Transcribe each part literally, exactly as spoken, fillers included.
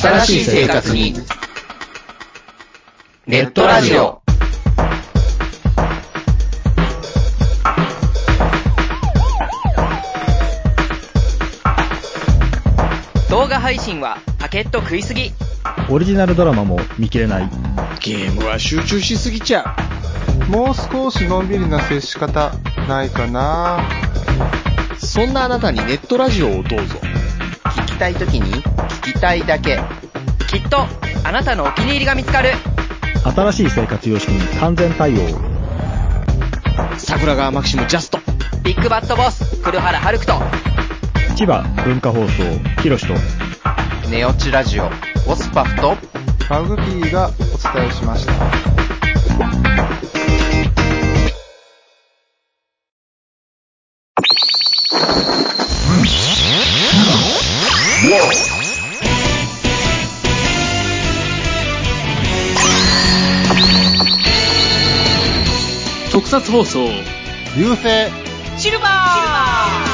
新しい生活にネットラジオ。 動画配信はパケット食いすぎ。 オリジナルドラマも見切れない。 ゲームは集中しすぎちゃう。もう少しのんびりな接し方ないかな。 そんなあなたにネットラジオをどうぞ。 聞きたいときに聞きたいだけ。 きっとあなたのお気に入りが見つかる。 新しい生活様式に完全対応。 桜川マキシムジャスト。 ビッグバットボス黒原遥人。 千葉文化放送ひろしとネオチラジオオスパフとマグピーがお伝えしました。 特撮放送流星シルバー。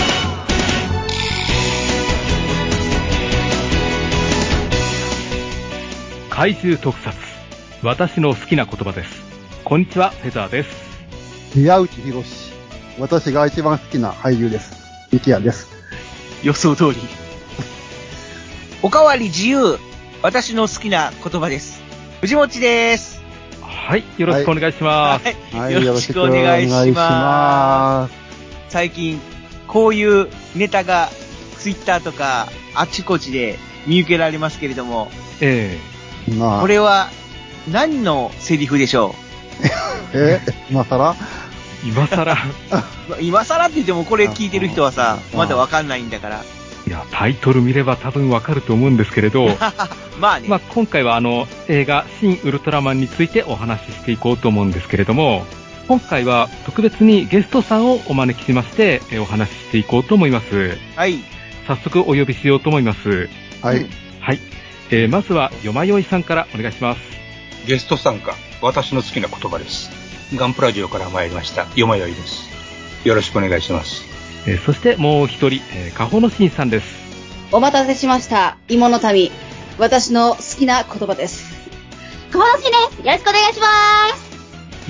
怪獣特撮、私の好きな言葉です。こんにちは、フェザーです。 宮内博士、私が一番好きな俳優です。ミキヤです。 予想通り。おかわり自由、私の好きな言葉です。藤持です。 はい、よろしくお願いします。 はい、はい、よろしくお願いします。最近、こういうネタがツイッターとかあちこちで見受けられますけれども、 ええまあ、これは何のセリフでしょうえ今更今更今更って言ってもこれ聞いてる人はさ、まだわかんないんだから。 いや、タイトル見れば多分わかると思うんですけれど、 まあね。 まあ今回はあの映画新ウルトラマンについてお話ししていこうと思うんですけれども、今回は特別にゲストさんをお招きしましてお話ししていこうと思います。 はい。 早速お呼びしようと思います。 はい。 はい。えー、まずはよまよいさんからお願いします。 ゲスト参加、私の好きな言葉です。ガンプラジオから参りましたよまよいです。よろしくお願いします。 えー、そしてもう一人、えー、かほのしんさんです。 お待たせしました。芋の民、私の好きな言葉です。 かほのしんです。よろしくお願いします。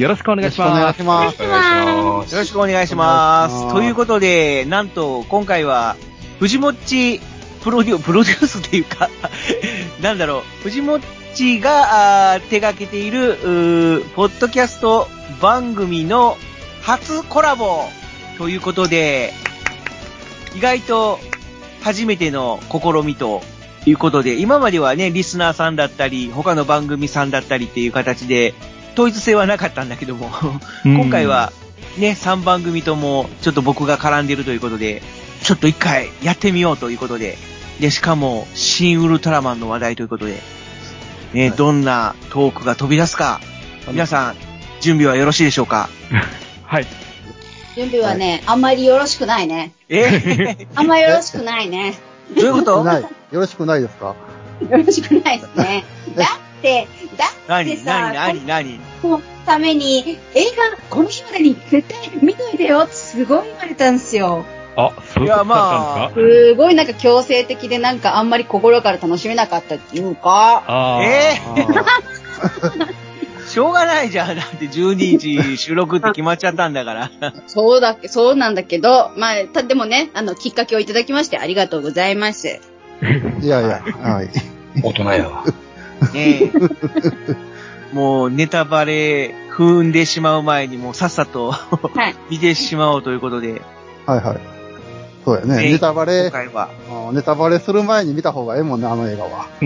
よろしくお願いします。 よろしくお願いします。よろしくお願いします。ということで、なんと今回は藤もっちプロデュ、プロデュースっていうかなんだろう、藤もっちが手掛けているポッドキャスト番組の初コラボということで、意外と初めての試みということで、今まではね、リスナーさんだったり他の番組さんだったりっていう形で統一性はなかったんだけども今回はね、さんばん組ともちょっと僕が絡んでるということで、ちょっと一回やってみようということで、で、しかも、新ウルトラマンの話題ということで、ね、はい、どんなトークが飛び出すか、皆さん、準備はよろしいでしょうか？ はい。 準備はね、はい、あんまりよろしくないね。 えあんまりよろしくないね。 どういうこと？ ない。よろしくないですか？ よろしくないですね。だって、だってさ、 何、何、何、 このために、映画、この日までに絶対見といてよってすごい言われたんですよ。 あ、そういうことだったんですか？ まあ、すごいなんか強制的でなんかあんまり心から楽しめなかったっていうか。 あえー、しょうがないじゃん。だってじゅうににち収録って決まっちゃったんだから。 そうだっけ、そうなんだけど、まあ、た、でもね、あの、きっかけをいただきましてありがとうございます。 いやいや、はい。 大人やわ。 ねえ。もうネタバレ踏んでしまう前にもうさっさと、はい、見てしまおうということで。 はいはい。そうやね。ネタバレ、 今回はネタバレする前に見た方がええもんね、あの映画は。 うん、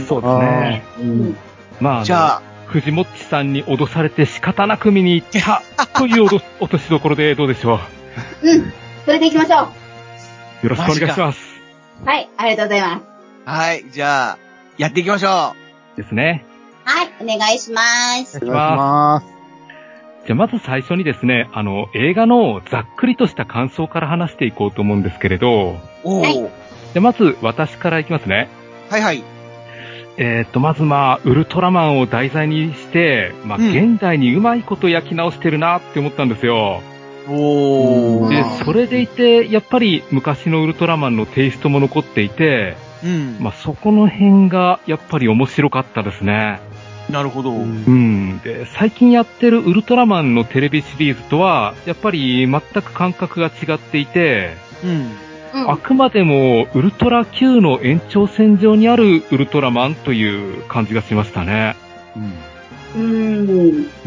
そうですね。 うん、 まあ、 じゃあ、 藤もっちさんに脅されて仕方なく見に行ったという落としどころでどうでしょう。うん、それで行きましょう。 よろしくお願いします。 はい、ありがとうございます。 はい、じゃあ、やっていきましょう。ですね。 はい、お願いします。 お願いします。 じゃあまず最初にですね、あの、映画のざっくりとした感想から話していこうと思うんですけれど。 おー。はい、 じゃあまず私からいきますね。 はいはい。 えっと、まずまあ、ウルトラマンを題材にして、まあ、うん、現代にうまいこと焼き直してるなって思ったんですよ。 おー。 で、それでいて、やっぱり昔のウルトラマンのテイストも残っていて、 うん。 まあ、そこの辺がやっぱり面白かったですね。 なるほど。うん。で、最近やってるウルトラマンのテレビシリーズとは、やっぱり全く感覚が違っていて、 うん。 あくまでもウルトラ Q の延長線上にあるウルトラマンという感じがしましたね。 うん。 うん。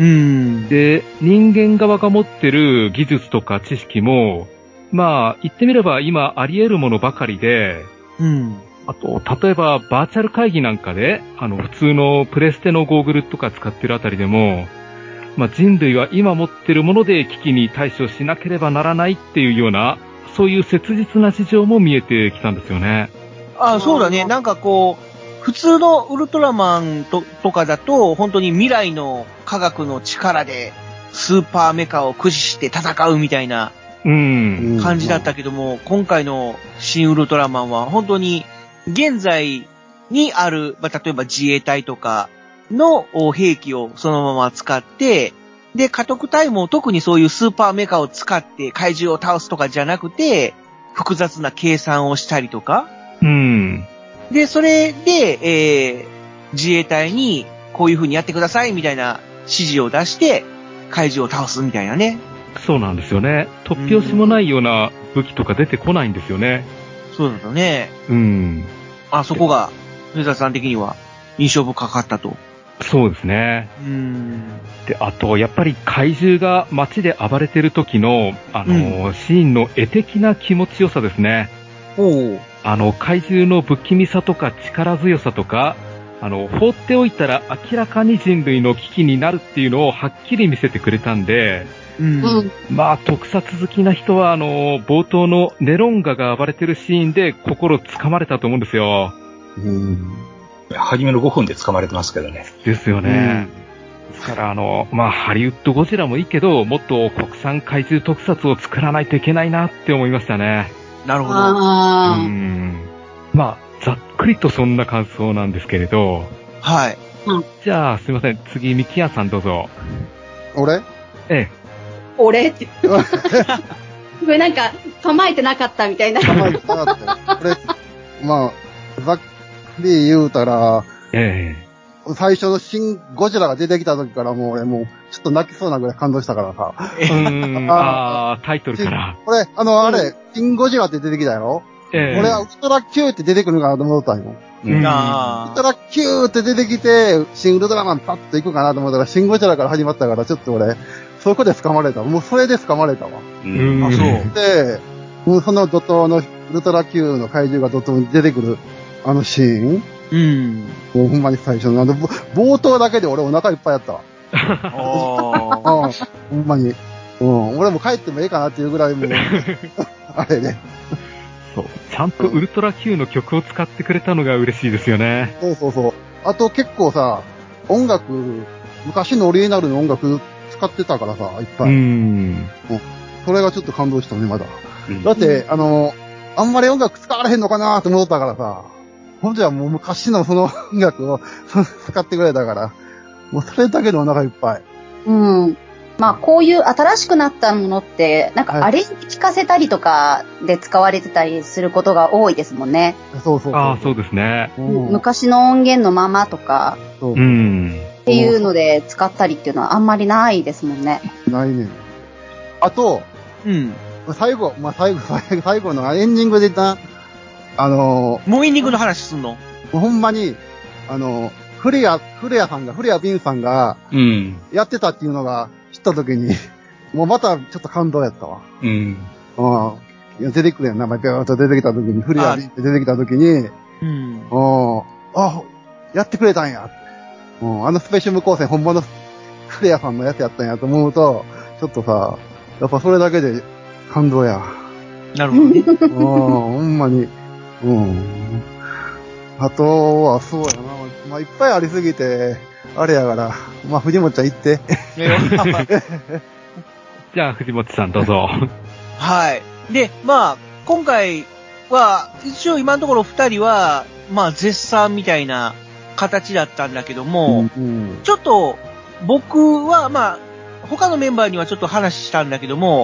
で、人間側が持ってる技術とか知識も、まあ、言ってみれば今あり得るものばかりで、 うん。 あと、例えばバーチャル会議なんかで、あの、普通のプレステのゴーグルとか使ってるあたりでも、まあ、人類は今持ってるもので危機に対処しなければならないっていうような、そういう切実な事情も見えてきたんですよね。 あ、そうだね。なんかこう、普通のウルトラマンと、とかだと、本当に未来の科学の力で、スーパーメカを駆使して戦うみたいな、感じだったけども、今回の新ウルトラマンは本当に、現在にある、まあ、例えば自衛隊とかの兵器をそのまま使って、で、家督隊も特にそういうスーパーメカを使って怪獣を倒すとかじゃなくて、複雑な計算をしたりとか。 うん。 で、それで、えー、自衛隊にこういう風にやってくださいみたいな指示を出して、怪獣を倒すみたいなね。 そうなんですよね。突拍子もないような武器とか出てこないんですよね。 そうだね。 うん。 あ、そこが、フェザーさん的には印象深かったと。 そうですね。 うーん。 で、あと、やっぱり怪獣が街で暴れてる時の、あの、うん、シーンの絵的な気持ちよさですね。 おう。 あの、怪獣の不気味さとか力強さとか、あの、放っておいたら明らかに人類の危機になるっていうのをはっきり見せてくれたんで、 うん、 まあ、特撮好きな人は、あの、冒頭のネロンガが暴れてるシーンで心つかまれたと思うんですよ。 うん初めのごふんで掴まれてますけどね。 ですよね。うん、ですから、あの、まあ、ハリウッドゴジラもいいけど、もっと国産怪獣特撮を作らないといけないなって思いましたね。 なるほど。 あうん。まあ、ざっくりとそんな感想なんですけれど。 はい。 じゃあ、すいません。次、ミキヤさんどうぞ。 俺ええ。 俺って。これなんか、構えてなかったみたいな。 構えてなかったよ。これ、まあ、ざっくり言うたら、 ええ。最初の新ゴジラが出てきた時からもう俺もう、ちょっと泣きそうなぐらい感動したからさ。 うーん。ああ、タイトルから。 これ、あの、あれ、新ゴジラって出てきたよ。 ええ。 俺はウルトラ Q って出てくるのかなと思ったんよ。 うん、ウルトラ Q って出てきて、新ウルトラマンパッと行くかなと思ったら、新ゴジラから始まったから、ちょっと俺、そこで掴まれた。もうそれで掴まれたわ。 うん。あ、そう。 で、もうその怒涛のウルトラ Q の怪獣が怒涛に出てくる、あのシーン。 うん。 もうほんまに最初の、あの、冒頭だけで俺お腹いっぱいやったわ。 ああ。 ほんまに。うん。俺も帰ってもええかなっていうぐらいもう、あれね。 そう。ちゃんとウルトラ Q の曲を使ってくれたのが嬉しいですよね。 そうそうそう。あと結構さ、音楽、昔のオリジナルの音楽使ってたからさ、いっぱい。 うん。 それがちょっと感動したね、まだ。うん、だって、あの、あんまり音楽使われへんのかなと思ったからさ、ほんじゃもう昔のその音楽を使ってくれたから、もうそれだけでお腹いっぱい。 うん。まあ、こういう新しくなったものって、なんかアレンジ聞かせたりとかで使われてたりすることが多いですもんね。 そうそうそう。 ああ、そうですね。 昔の音源のままとか、 うん。 っていうので使ったりっていうのはあんまりないですもんね。 ないね。あと、 うん。 最後、まあ、最後、最後のエンディングでな、あのー、もうエンディングの話すんの？ ほんまに、あのー、フレア、フレアさんが、フレアビンさんが、 うん。 やってたっていうのが知った時に、もうまたちょっと感動やったわ。 うん。 ああ。いや、出てくるやん、名前ぴょーっと出てきた時に、フレアビンって出てきた時に、 うん。 ああ、やってくれたんや。うん、あのスペシウム光線、ほんまのフレアさんのやつやったんやと思うと、ちょっとさ、やっぱそれだけで感動や。 なるほどね。 うん、ほんまに。うん。あとは、そうやな。まあ、いっぱいありすぎて、あれやから。まあ、藤本ちゃん行って。 じゃあ、藤本さんどうぞ。 はい。で、まあ、今回は、一応今のところ二人は、まあ、絶賛みたいな形だったんだけども、 うんうん、 ちょっと、僕は、まあ、他のメンバーにはちょっと話したんだけども、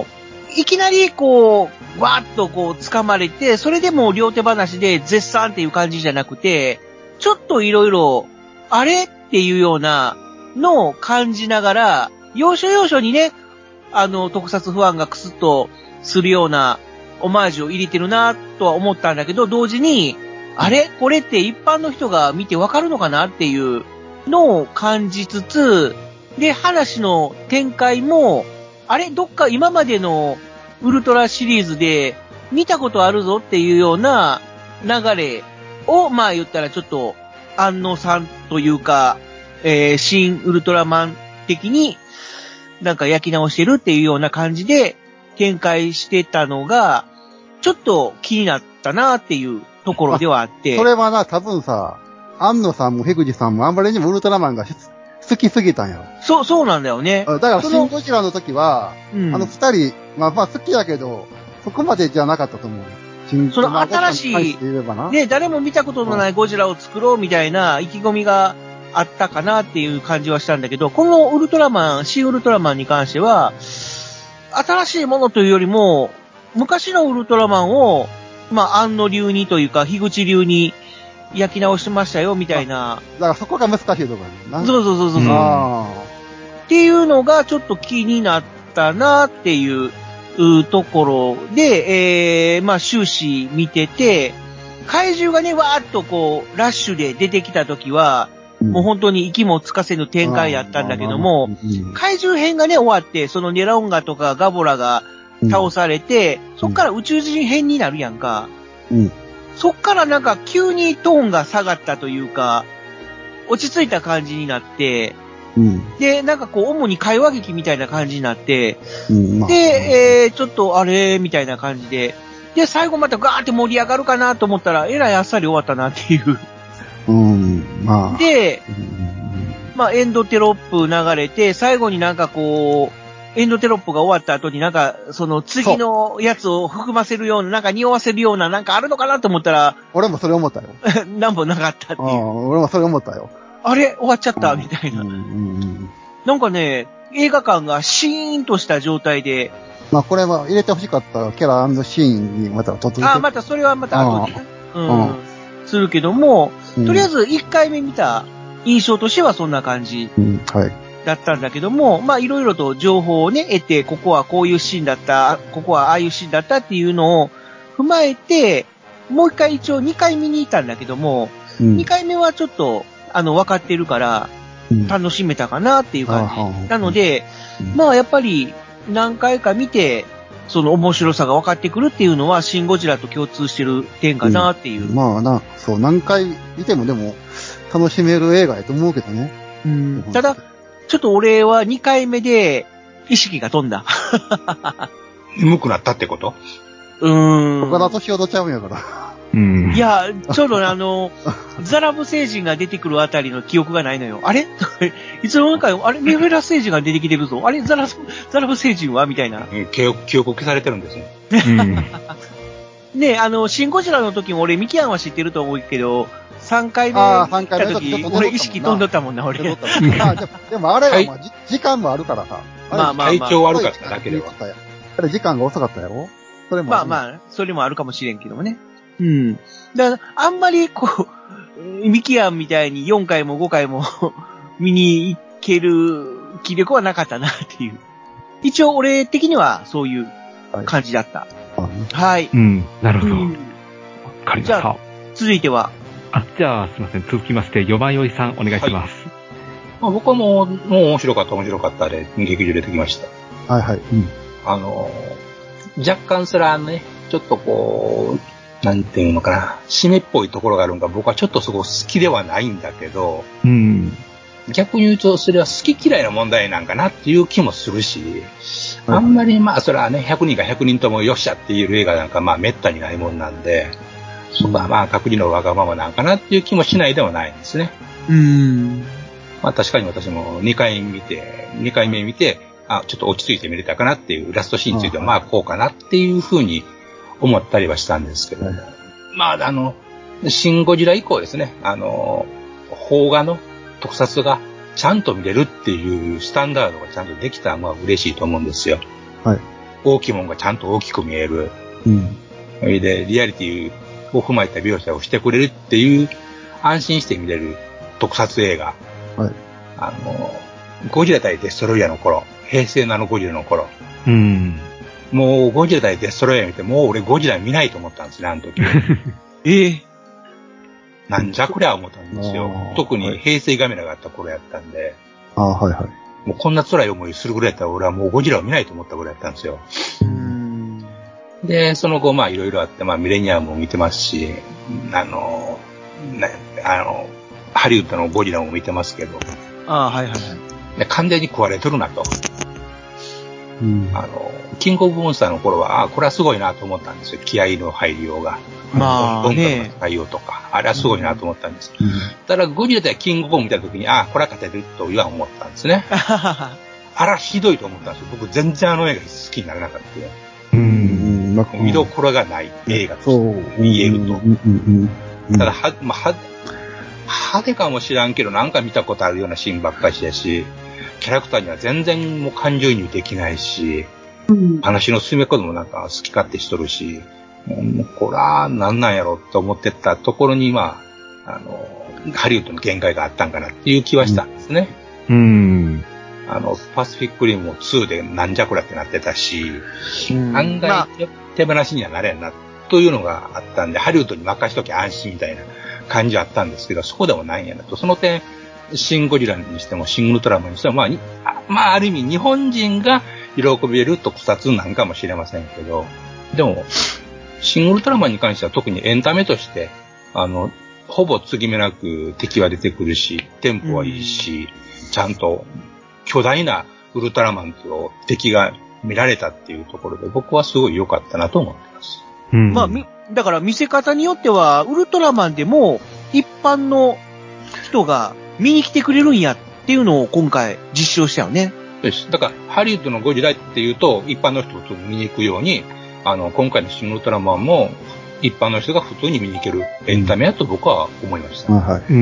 いきなりこう、わーっとこう掴まれて、それでも両手話で絶賛っていう感じじゃなくて、ちょっといろいろ、あれっていうようなのを感じながら、要所要所にね、あの、特撮ファンがクスッとするようなオマージュを入れてるなとは思ったんだけど、同時に、あれこれって一般の人が見てわかるのかなっていうのを感じつつ、で、話の展開も、あれどっか今までのウルトラシリーズで見たことあるぞっていうような流れを、まあ言ったらちょっと、安野さんというか、えー、新ウルトラマン的になんか焼き直してるっていうような感じで展開してたのが、ちょっと気になったなっていうところではあって。 それはな、多分さ、安野さんもヘグジさんもあんまりにもウルトラマンが好きすぎたんや。 そう、そうなんだよね。 だから、シン・ゴジラの時は、うん、あの二人、まあまあ好きだけど、そこまでじゃなかったと思う。 その新しい、ね、誰も見たことのないゴジラを作ろうみたいな意気込みがあったかなっていう感じはしたんだけど、このウルトラマン、新ウルトラマンに関しては、新しいものというよりも、昔のウルトラマンを、まあ、安野流にというか、樋口流に焼き直しましたよ、みたいな。 だからそこが難しいところだね。 そうそうそうそう。あっていうのがちょっと気になったなっていうところで、えー、まあ終始見てて、怪獣がね、わーっとこう、ラッシュで出てきた時は、うん、もう本当に息もつかせぬ展開やったんだけども、怪獣編がね、終わって、そのネラオンガとかガボラが倒されて、うん、そっから宇宙人編になるやんか。うん、そっからなんか急にトーンが下がったというか、落ち着いた感じになって、うん、で、なんかこう、主に会話劇みたいな感じになって、うんまあ、で、えー、ちょっとあれみたいな感じで、で、最後またガーって盛り上がるかなと思ったら、えらいあっさり終わったなっていう。うん、まあ。で、うん、まあ、エンドテロップ流れて、最後になんかこう、エンドテロップが終わった後になんか、その次のやつを含ませるような、なんか匂わせるような、なんかあるのかなと思ったら、 俺もそれ思ったよ。 なんもなかったっていう。 俺もそれ思ったよ。 あれ終わっちゃったみたいな。うんうん、なんかね、映画館がシーンとした状態で。 まあこれは入れてほしかったキャラ&シーンにまた突然。 あ、またそれはまた後で、うん、するけども、うん、とりあえずいっかいめ見た印象としてはそんな感じ。だったんだけども、うんはい、まあいろいろと情報をね、得て、ここはこういうシーンだった、ここはああいうシーンだったっていうのを踏まえて、もう一回一応にかい見に行ったんだけども、うん、にかいめはちょっと、あの、分かってるから、楽しめたかなっていう感じ。うん、なので、うん、まあやっぱり何回か見て、その面白さが分かってくるっていうのは、シン・ゴジラと共通してる点かなっていう。 うん、まあな、そう、何回見てもでも楽しめる映画やと思うけどね。 うん、ただ、ちょっと俺はにかいめで意識が飛んだ。 眠くなったってこと？ うーん。 岡田敏夫とちゃうんやから。 うん、いや、ちょうどね、あの、ザラブ星人が出てくるあたりの記憶がないのよ。あれいつの間にか、あれメフェラス星人が出てきてるぞ。あれザラブ、ザラブ星人はみたいな。 うん、記憶、記憶消されてるんですよ。 うん、ねあの、シン・ゴジラの時も俺、ミキアンは知ってると思うけど、さんかいめ行った時、俺意識飛んどったもんな、俺。 あで, でもあれは、まあはい、時間もあるからさ。 まあまあ、まあ、体調悪かっただけでは。 あれ時間が遅かったやろそれも。 まあまあ、それもあるかもしれんけどもね。うん。だから、あんまり、こう、ミキアンみたいによんかいもごかいも見に行ける気力はなかったなっていう。一応、俺的にはそういう感じだった。はい。はい、 うん、なるほど。わ、うん、かりました。じゃあ、 続いては。 あ、じゃあ、すみません。続きまして、よまよいさん、お願いします。はい、 まあ、僕はもう、もう面白かった、面白かったで、劇場出てきました。 はいはい。うん、 あの、若干それはね、ちょっとこう、なんていうのかな、締めっぽいところがあるのが僕はちょっとそこ好きではないんだけど、うん、逆に言うとそれは好き嫌いの問題なんかなっていう気もするし、あんまりまあそれはね、ひゃくにんがひゃくにんともよっしゃっていう映画なんかまあ滅多にないもんなんで、そこはまあ隔離のわがままなんかなっていう気もしないではないんですね。 うん。 まあ確かに私もにかい見て、にかいめ見て、あ、ちょっと落ち着いて見れたかなっていうラストシーンについてはまあこうかなっていうふうに思ったりはしたんですけども、まああの、シン・ゴジラ以降ですね、あの、邦画の特撮がちゃんと見れるっていうスタンダードがちゃんとできたのは嬉しいと思うんですよ。 はい。 大きいもんがちゃんと大きく見える。うん。それで、リアリティを踏まえた描写をしてくれるっていう、安心して見れる特撮映画。はい。あの、ゴジラ対デストロイヤーの頃、平成のあのゴジラの頃。うん。もうゴジラ対デストロイヤー見て、もう俺ゴジラ見ないと思ったんですね、あの時。ええなんじゃこりゃ思ったんですよ。特に平成カメラがあった頃やったんで。ああ、はいはい。もうこんな辛い思いするぐらいやったら俺はもうゴジラを見ないと思ったぐらいやったんですよ。うーんで、その後まあいろいろあって、まあミレニアムも見てますし、あの、なあの、ハリウッドのゴジラも見てますけど。ああ、はいはいはい。完全に壊れとるなと。うん、あの、キングオブモンスターの頃は、ああ、これはすごいなと思ったんですよ。気合の入りようが。まあ、ね。音楽の対応とか、あれはすごいなと思ったんです。うん、ただ、ゴジラ対キングオブ見たときに、ああ、これは勝てるとは思ったんですね。あら、ひどいと思ったんですよ。僕、全然あの映画好きにならなかった。うん。見どころがない映画と見えると。ただ、は、まあ、は、派手かもしらんけど、なんか見たことあるようなシーンばっかりだし、キャラクターには全然もう感情移入できないし、うん、話の進め方もなんか好き勝手しとるし、もうこれはなんなんやろって思ってたところに、まあ、あの、ハリウッドの限界があったんかなっていう気はしたんですね。うん。あの、パシフィックリムもツーでなんじゃこりゃってなってたし、うん、案外手放しにはなれんなというのがあったんで、ハリウッドに任しときゃ安心みたいな感じはあったんですけど、そうでもないんやなと。その点、シン・ゴジラにしても、シン・ウルトラマンにしても、まあ、まあ、ある意味、日本人が喜べる特撮なんかもしれませんけど、でも、シン・ウルトラマンに関しては特にエンタメとして、あの、ほぼ継ぎ目なく敵は出てくるし、テンポはいいし、うん、ちゃんと巨大なウルトラマンと敵が見られたっていうところで、僕はすごい良かったなと思ってます。うん、まあ、だから見せ方によっては、ウルトラマンでも一般の人が見に来てくれるんやっていうのを今回実証したよね。です。だから、ハリウッドのゴジラっていうと、一般の人が見に行くように、あの、今回のシン・ウルトラマンも、一般の人が普通に見に行けるエンタメやと僕は思いました。うん、はい。うん。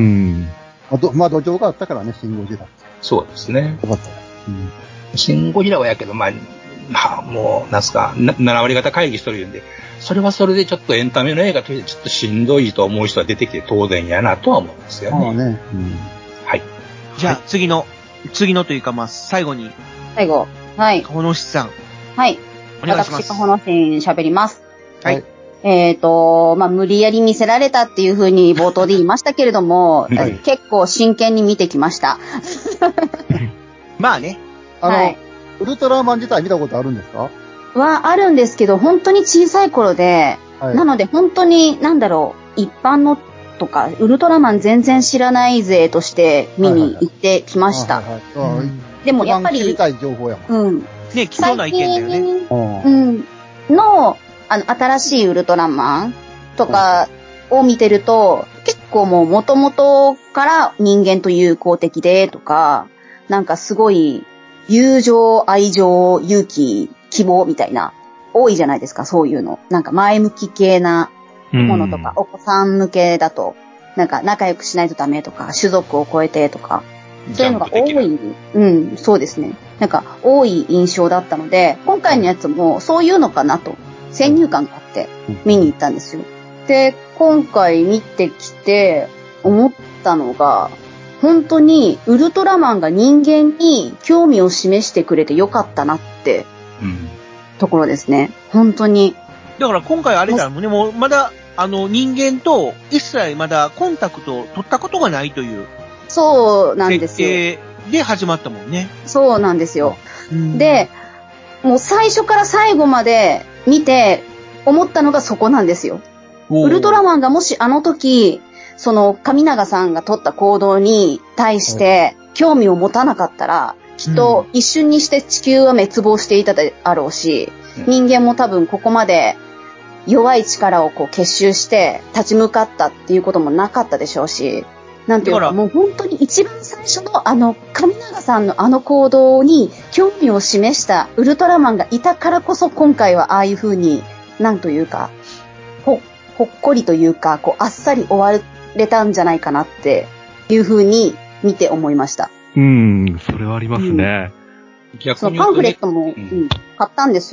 まあ、ど、まあ、土壌があったからね、シン・ゴジラ。そうですね。よかった。うん。シン・ゴジラはやけど、まあ、まあ、もう、なんすか、ななな割方会議しとるんで、それはそれでちょっとエンタメの映画としてちょっとしんどいと思う人が出てきて当然やなとは思うんですよね。ああね。うん。はい。じゃあ、次の、次のというか、まあ、最後に。最後。はい。ほのしさん。はい。お願いします。私がほのし喋ります。はい。えっと、まあ、無理やり見せられたっていうふうに冒頭で言いましたけれども、はい、結構真剣に見てきました。まあね。あの、はい、ウルトラマン自体見たことあるんですか？はあるんですけど、本当に小さい頃で、はい、なので本当に、なんだろう、一般のとか、ウルトラマン全然知らない勢として見に行ってきました。でもやっぱり、知りたい情報やもん。うん。ね、貴重な意見だよね。うん。の、あの、新しいウルトラマンとかを見てると、結構もう元々から人間と友好的でとか、なんかすごい友情、愛情、勇気、希望みたいな、多いじゃないですか、そういうの。なんか前向き系なものとか、お子さん向けだと、なんか仲良くしないとダメとか、種族を超えてとか、そういうのが多い、うん、そうですね。なんか多い印象だったので、今回のやつもそういうのかなと、先入観があって見に行ったんですよ。で、今回見てきて思ったのが、本当にウルトラマンが人間に興味を示してくれてよかったなって、うん、ところですね。本当に。だから今回あれだもんね、もうまだあの人間と一切まだコンタクトを取ったことがないという。そうなんですよ。設定で始まったもんね。そうなんですよ。うん、で、もう最初から最後まで見て思ったのがそこなんですよ。ウルトラマンがもしあの時、その上長さんが取った行動に対して興味を持たなかったら、きっと一瞬にして地球は滅亡していたであろうし、うん、人間も多分ここまで弱い力をこう結集して立ち向かったっていうこともなかったでしょうし、なんていうかもう本当に一番最初のあの上長さんのあの行動に興味を示したウルトラマンがいたからこそ今回はああいう風になんというかほ、ほっこりというかこうあっさり終われたんじゃないかなっていう風に見て思いました。うん、それはありますね。うん、逆にそのパンフレットも、うん、買ったんですよ。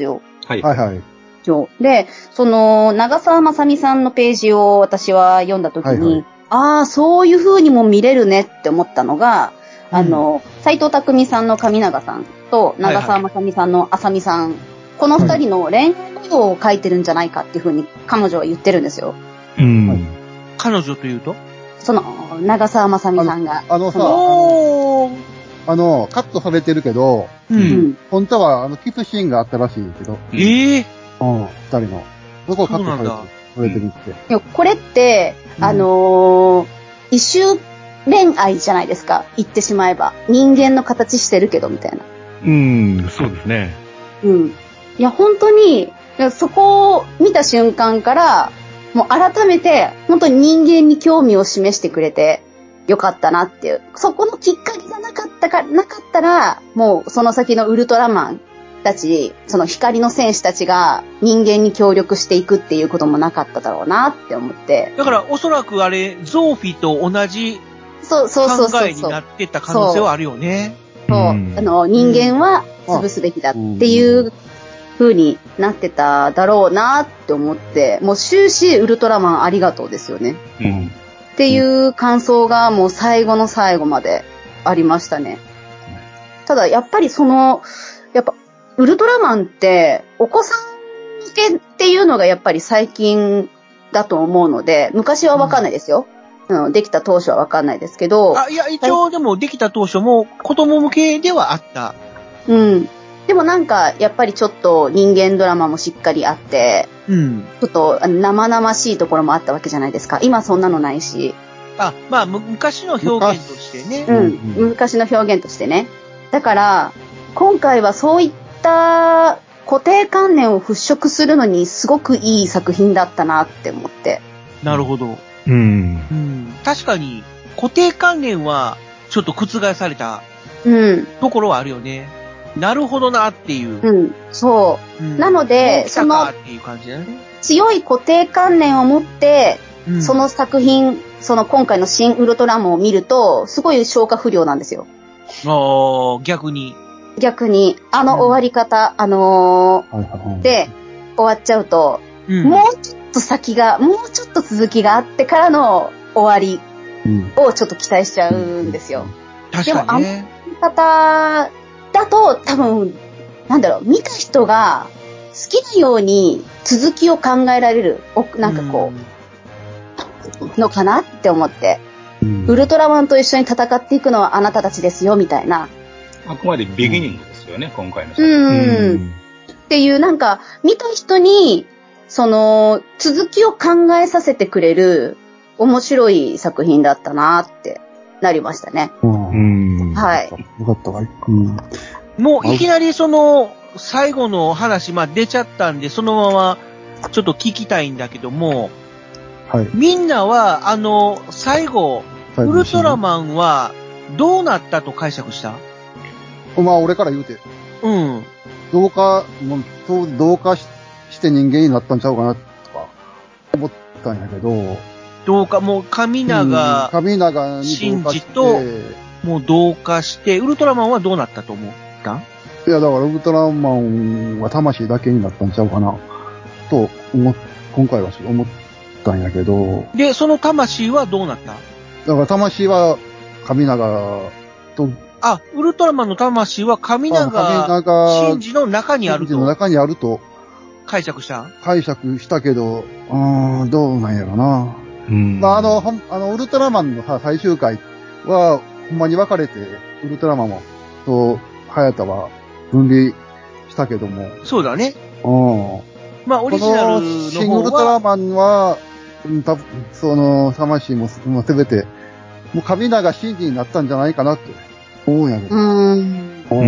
はい。 はいはい。 で、その、長澤まさみさんのページを私は読んだときに、はいはい、ああ、そういう風にも見れるねって思ったのが、あの、斎、うん、藤匠さんの上永さんと、長澤まさみさんの浅見さん、はいはい、この二人の恋愛模様を書いてるんじゃないかっていう風に彼女は言ってるんですよ。 うん。はい、彼女というとその、長澤まさみさんが。 あの、あのさ、あの、あの、カットされてるけど、うん。本当は、あの、キスシーンがあったらしいけど。 ええー、 うん、二人の。どこカットされてる、されてるって。 いや、これって、あのー、一周恋愛じゃないですか。言ってしまえば。人間の形してるけど、みたいな。 うん、そうですね。 うん。いや、本当に、そこを見た瞬間から、もう改めて、本当に人間に興味を示してくれてよかったなっていう。そこのきっかけがなかったか、なかったら、もうその先のウルトラマンたち、その光の戦士たちが人間に協力していくっていうこともなかっただろうなって思って。 だからおそらくあれ、ゾーフィーと同じそうそうそうそう考えになってた可能性はあるよね。 そう。そう、あの、人間は潰すべきだっていう風になってただろうなって思って、もう終始ウルトラマンありがとうですよね。うん。っていう感想がもう最後の最後までありましたね。ただやっぱりその、やっぱウルトラマンってお子さん向けっていうのがやっぱり最近だと思うので、昔はわかんないですよ。うん、できた当初はわかんないですけど。 あ、いや、一応でもできた当初も子供向けではあった。 うん。でもなんか、やっぱりちょっと人間ドラマもしっかりあって、うん。ちょっと生々しいところもあったわけじゃないですか。今そんなのないし。 あ、まあ、昔の表現としてね。 うん。昔の表現としてね。だから、今回はそういった固定観念を払拭するのにすごくいい作品だったなって思って。 なるほど。 うん。 うん。確かに、固定観念はちょっと覆された。 うん。 ところはあるよね。なるほどなっていう。 うん、そう。うん、なので、その、強い固定観念を持って、うん、その作品、その今回の新ウルトラマンを見ると、すごい消化不良なんですよ。 ああ、逆に。 逆に、あの終わり方、うん、あのー、で、終わっちゃうと、うん、もうちょっと先が、もうちょっと続きがあってからの終わりをちょっと期待しちゃうんですよ。 うん、確かにね。でも、あの終わり方、だと多分、なんだろう、見た人が好きなように続きを考えられる、なんかこう、うん、のかなって思って、うん、ウルトラマンと一緒に戦っていくのはあなたたちですよ、みたいな。 あくまでビギニングですよね、うん、今回の作品。うん。っていう、なんか、見た人に、その、続きを考えさせてくれる、面白い作品だったなってなりましたね。 うん。 はい。 よかったわ。うん。 もういきなりその、最後の話、まあ出ちゃったんで、そのまま、ちょっと聞きたいんだけども、はい。みんなは、あの、最後、ウルトラマンは、どうなったと解釈した？ まあ、俺から言うて。 うん。 同化、もう、同化しして人間になったんちゃうかな、とか、思ったんやけど。 同化、もう、神長、 神長にシンジと、もう同化して、ウルトラマンはどうなったと思ったいや、だからウルトラマンは魂だけになったんちゃうかな、と思、今回は思ったんやけど。 で、その魂はどうなっただから魂は神長と、 あ、ウルトラマンの魂は神長、シンジの中にあると。 シンジの中にあると。 解釈した解釈したけど、うーん、どうなんやろな。うん。まあ、あの、あの、ウルトラマンのさ、最終回は、ほんまに分かれて、ウルトラマンも、と、ハヤタは分離したけども。 そうだね。 うん。 まあ、オリジナルの方は。 新ウルトラマンは、たその、魂も、もうすべて、もう神長シンジになったんじゃないかなって思うんやけど。 うーん。 うん。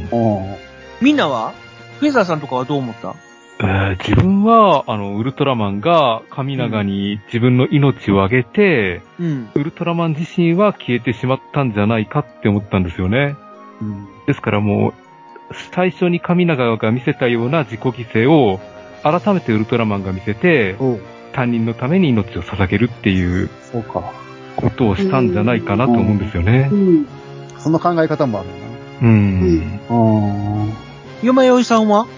うん。 みんなはフェザーさんとかはどう思ったえー、自分は、あの、ウルトラマンが神長に自分の命をあげて、うん、ウルトラマン自身は消えてしまったんじゃないかって思ったんですよね。うん、ですからもう、最初に神長が見せたような自己犠牲を、改めてウルトラマンが見せて、他人のために命を捧げるっていう、 そうか。 ことをしたんじゃないかなと思うんですよね。うんうん、 その考え方もあるな。 うん。 うん。 よまよいさんは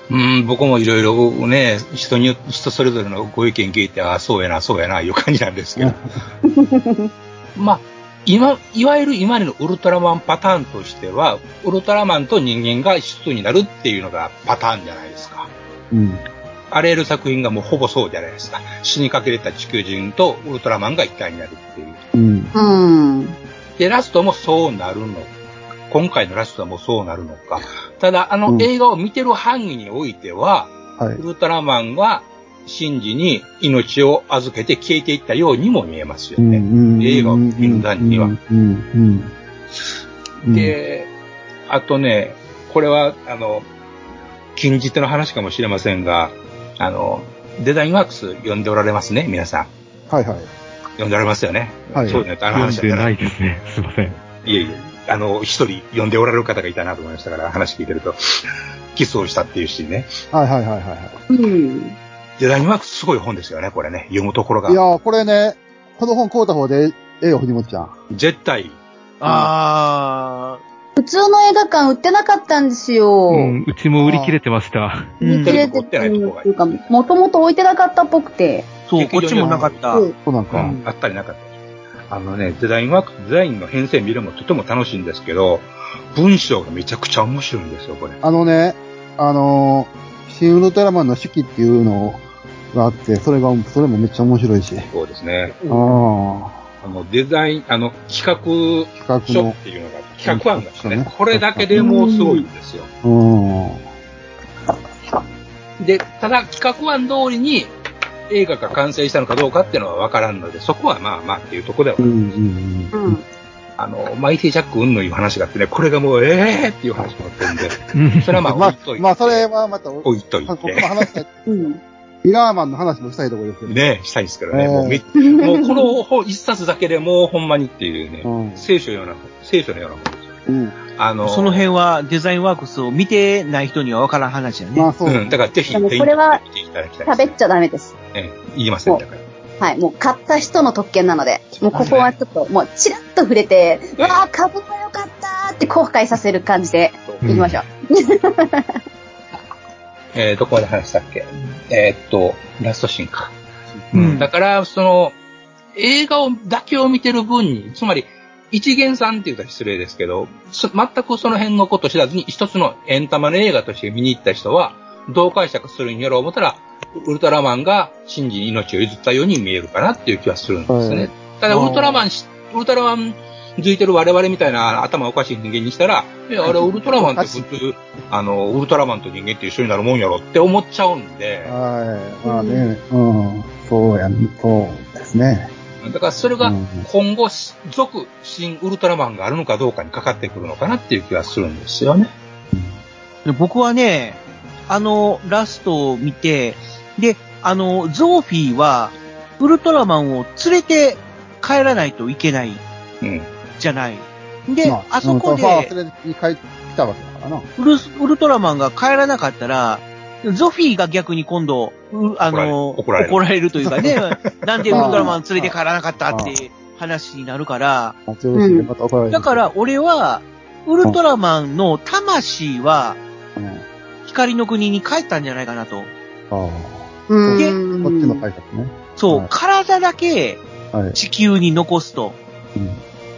うん、僕もいろいろね、人によ、人それぞれのご意見聞いて、あ、そうやな、そうやな、いう感じなんですけど。まあ、今、いわゆる今までのウルトラマンパターンとしては、ウルトラマンと人間が一つになるっていうのがパターンじゃないですか。うん。あらゆる作品がもうほぼそうじゃないですか。死にかけれた地球人とウルトラマンが一体になるっていう。うん。うん。で、ラストもそうなるの。今回のラストもそうなるのか。ただ、あの映画を見てる範囲においては、うん、はい、ウルトラマンはシンジに命を預けて消えていったようにも見えますよね。うん、映画を見る段には。うんうん、で、あとね、これは、あの、近日の話かもしれませんが、あの、デザインワークス読んでおられますね、皆さん。はいはい。読んでおられますよね。はい。そうね、あの話読んでないですね。すいません。 いえいえ。あの、一人読んでおられる方がいたなと思いましたから、話聞いてると、キスをしたっていうシーンね。はいはいはいはい。うん。デザインワークスすごい本ですよね、これね。読むところが。 いやー、これね、この本買うた方でええよ、藤本ちゃん。 絶対。 あー。普通の映画館売ってなかったんですよ。 うん、うちも売り切れてました。 売り切れてて、いうか、もともと置いてなかったっぽくて。 そう、こっちもなかった。 そうなんか、うん。 あったりなかった。あのね、デザインワークス、デザインの編成見るのもとても楽しいんですけど、文章がめちゃくちゃ面白いんですよ、これ。 あのね、あのー、新ウルトラマンの手記っていうのがあって、それが、それもめっちゃ面白いし。 そうですね。ああの、デザイン、あの、企画書っていうのが、企画案がですね、ねこれだけでもうすごいんですよ。で、ただ企画案通りに、映画が完成したのかどうかっていうのは分からんので、そこはまあまあっていうところではあるんです。うんうんうん、あの、マイティジャック云々いう話があってね、これがもう、えーっていう話になってるんで、それはまあ置いといて。 まあ、まあ、それはまた置いといて。 ここも話したい。うん。ミラーマンの話もしたいところですけどね。ねしたいんですけどね。えー、もうめ、もうこの本一冊だけでもうほんまにっていうね、うん、聖書のような、聖書のような本ですよ。うん。 あの、その辺はデザインワークスを見てない人には分からん話だね。 まあそう。 うん。だからぜひ、 これは、喋っちゃダメです。 ええ、言いませんだから。 はい、もう買った人の特権なので、もうここはちょっと、もうチラッと触れて、うわぁ、株が良かったって後悔させる感じで、いきましょう。 えー、どこまで話したっけ？えー、っと、ラストシーンか。うん。だから、その、映画を、だけを見てる分に、つまり、一元さんって言ったら失礼ですけど、全くその辺のこと知らずに一つのエンタメの映画として見に行った人は、どう解釈するんやろう思ったら、ウルトラマンがシンジに命を譲ったように見えるかなっていう気はするんですね。はい、ただ、ウルトラマン、ウルトラマン付いてる我々みたいな頭おかしい人間にしたら、いや、あれウルトラマンって普通、あの、ウルトラマンと人間って一緒になるもんやろって思っちゃうんで。 はい。まあね、うん、そうや、そうですね。 だからそれが今後、続新ウルトラマンがあるのかどうかにかかってくるのかなっていう気がするんですよね。 僕はね、あの、ラストを見て、で、あの、ゾーフィーは、ウルトラマンを連れて帰らないといけない、うん、じゃない。で、まあ、あそこで、 連れて帰ってきたわけだからな。 ウル、ウルトラマンが帰らなかったら、ゾフィーが逆に今度、あの、怒られる、怒られるというかね、なんでウルトラマン連れて帰らなかったって話になるから、うん、だから俺は、ウルトラマンの魂は、光の国に帰ったんじゃないかなと。 ああ。で、こっちの解釈ね。 そう、はい、体だけ地球に残すと、はいうん。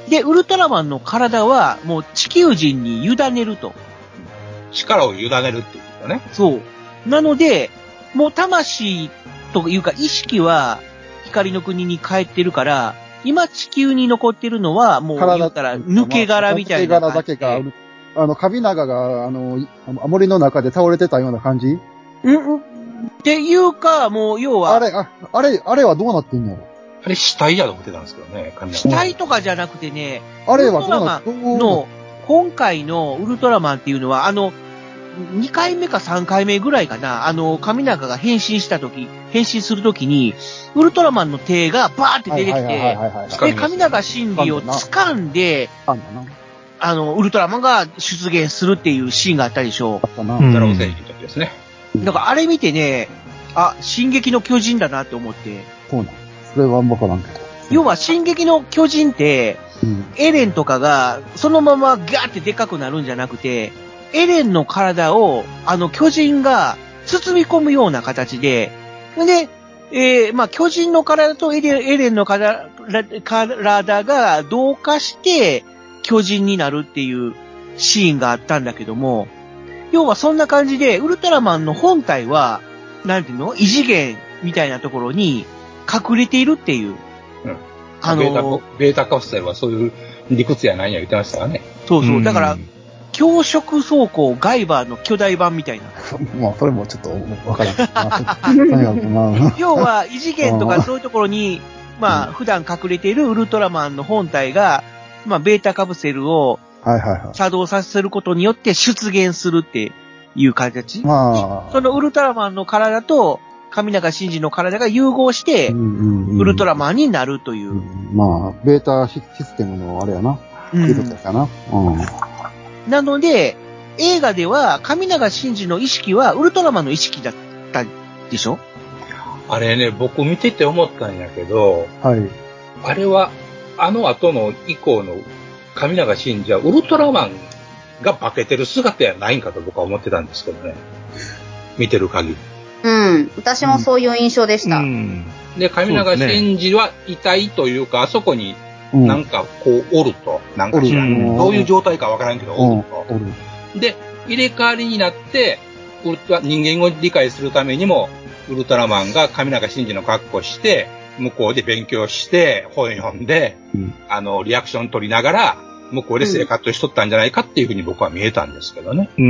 で、ウルトラマンの体はもう地球人に委ねると。 力を委ねるってことね。 そう。なので、もう魂というか意識は光の国に帰ってるから、今地球に残ってるのはもう言ったら抜け殻みたいな感じ。抜け殻だけが、あの、カビナガが、あの、森の中で倒れてたような感じうんうんっていうか、もう要は。 あれ、ああれ、あれはどうなってんのあれ死体やと思ってたんですけどね、 死体とかじゃなくてね、 あれはどうなってんのの、今回のウルトラマンっていうのは、あの、にかいめかさんかいめぐらいかな、あの、神永が変身したとき、変身するときに、ウルトラマンの手がバーって出てきて、で、神永真理を掴んで、あの、ウルトラマンが出現するっていうシーンがあったでしょ。 ドラゴン戦士の時ですね。 だからあれ見てね、あ、進撃の巨人だなって思って。 そうなん。それはわからんけど。 要は進撃の巨人って、うん、エレンとかがそのままガーってでかくなるんじゃなくて、 エレンの体を、あの、巨人が包み込むような形で、で、えー、まあ、巨人の体とエレン、エレンの体、体が同化して巨人になるっていうシーンがあったんだけども、要はそんな感じで、ウルトラマンの本体は、なんていうの？異次元みたいなところに隠れているっていう。 うん。 あのベータ、ベータカプセルはそういう理屈やないや言ってましたからね。 そうそう。だから、強食装甲ガイバーの巨大版みたいな。 まあ、それもちょっとわからない。 要は、異次元とかそういうところに、まあ、普段隠れているウルトラマンの本体が、まあ、ベータカプセルを作動させることによって出現するっていう形。まあ、そのウルトラマンの体と、神永真司の体が融合して、ウルトラマンになるという。 うんうん、まあ、ベータシステムのあれやな。うん。かな。うん。 なので、映画では、神永真司の意識はウルトラマンの意識だったでしょ？ あれね、僕見てて思ったんやけど、 はい。 あれは、あの後の以降の神永真司はウルトラマンが化けてる姿やないんかと僕は思ってたんですけどね。見てる限り。 うん。私もそういう印象でした。うん、 で、神永真司は遺体というか、あそこになんかこうおると、なんか知らん、どういう状態かわからんけど、おると。で、入れ替わりになって、ウルトラ人間を理解するためにも、ウルトラマンが神永真司の格好して、向こうで勉強して、本読んで、うん、あの、リアクション取りながら、向こうで生活しとったんじゃないかっていうふうに僕は見えたんですけどね。 うん。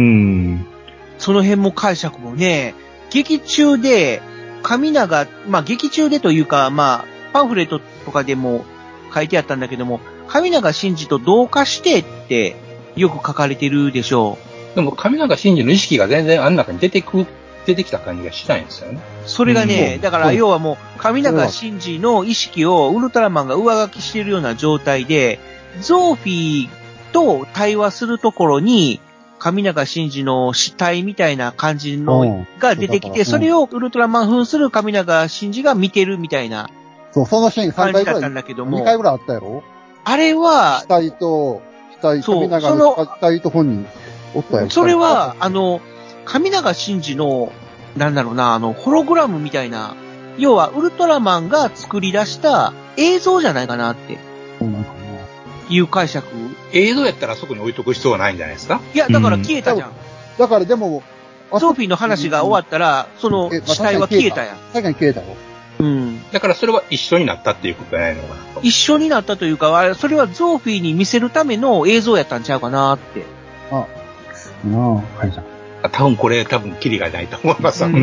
その辺も解釈もね、劇中で、神永、まあ劇中でというか、まあ、パンフレットとかでも書いてあったんだけども、神永真司と同化してってよく書かれてるでしょう。でも神永真司の意識が全然あん中に出てく、出てきた感じがしないんですよね。 それがね、うん、だから要はもう神永真司の意識をウルトラマンが上書きしているような状態で、ゾーフィーと対話するところに、神永真司の死体みたいな感じのが出てきて、それをウルトラマン扮する神永真司が見てるみたいな。 そう、そのシーンさんかいぐらい。 だったんだけども。 にかいぐらいあったやろ？ あれは、 死体と、死体、神永の死体と本人おったやろ。 それは、あの、神永真司の、なんだろうな、あの、ホログラムみたいな、要はウルトラマンが作り出した映像じゃないかなって。そうなんかな。いう解釈。 映像やったらそこに置いとく必要はないんじゃないですか？ いや、だから消えたじゃん。うん、 だからでも、 ゾーフィーの話が終わったら、その死体は消えたやん。 確かに消えたよ。 うん。 だからそれは一緒になったっていうことじゃないのかなと。 一緒になったというか、それはゾーフィーに見せるための映像やったんちゃうかなって。 あ、なあ、はいじゃん。 多分これ、多分キリがないと思います。 うん、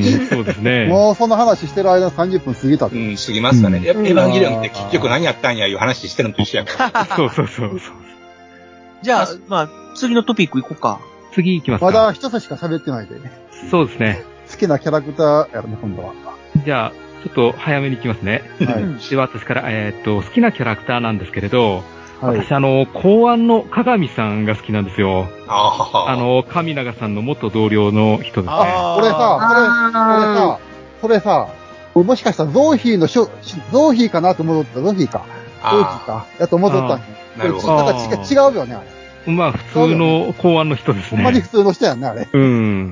そうですね。 もうその話してる間さんじゅっぷん過ぎたって。 うん、過ぎますかね。うん、エヴァンゲリオンって結局何やったんやいう話してるのと一緒やから。 そうそうそうそう。 じゃあ、まあ、次のトピック行こうか。 次行きますか。 まだ一つしか喋ってないで。 そうですね。 好きなキャラクターやるね、今度は。 じゃあ、ちょっと早めに行きますね。はい。では私から、えー、っと、好きなキャラクターなんですけれど、はい、私、あの、公安の鏡さんが好きなんですよ。ああの、神永さんの元同僚の人ですね。 ああ、これさ、これ、これさ、これさ、もしかしたらゾーヒーのしょ、ゾーヒーかなと思った。ゾーヒーか。ゾーヒーか。やと思っとったんなるほど。 なんか違うよね、あれ。 まあ、普通の公安の人ですね。 ほんまに普通の人やんね、あれ。 うん。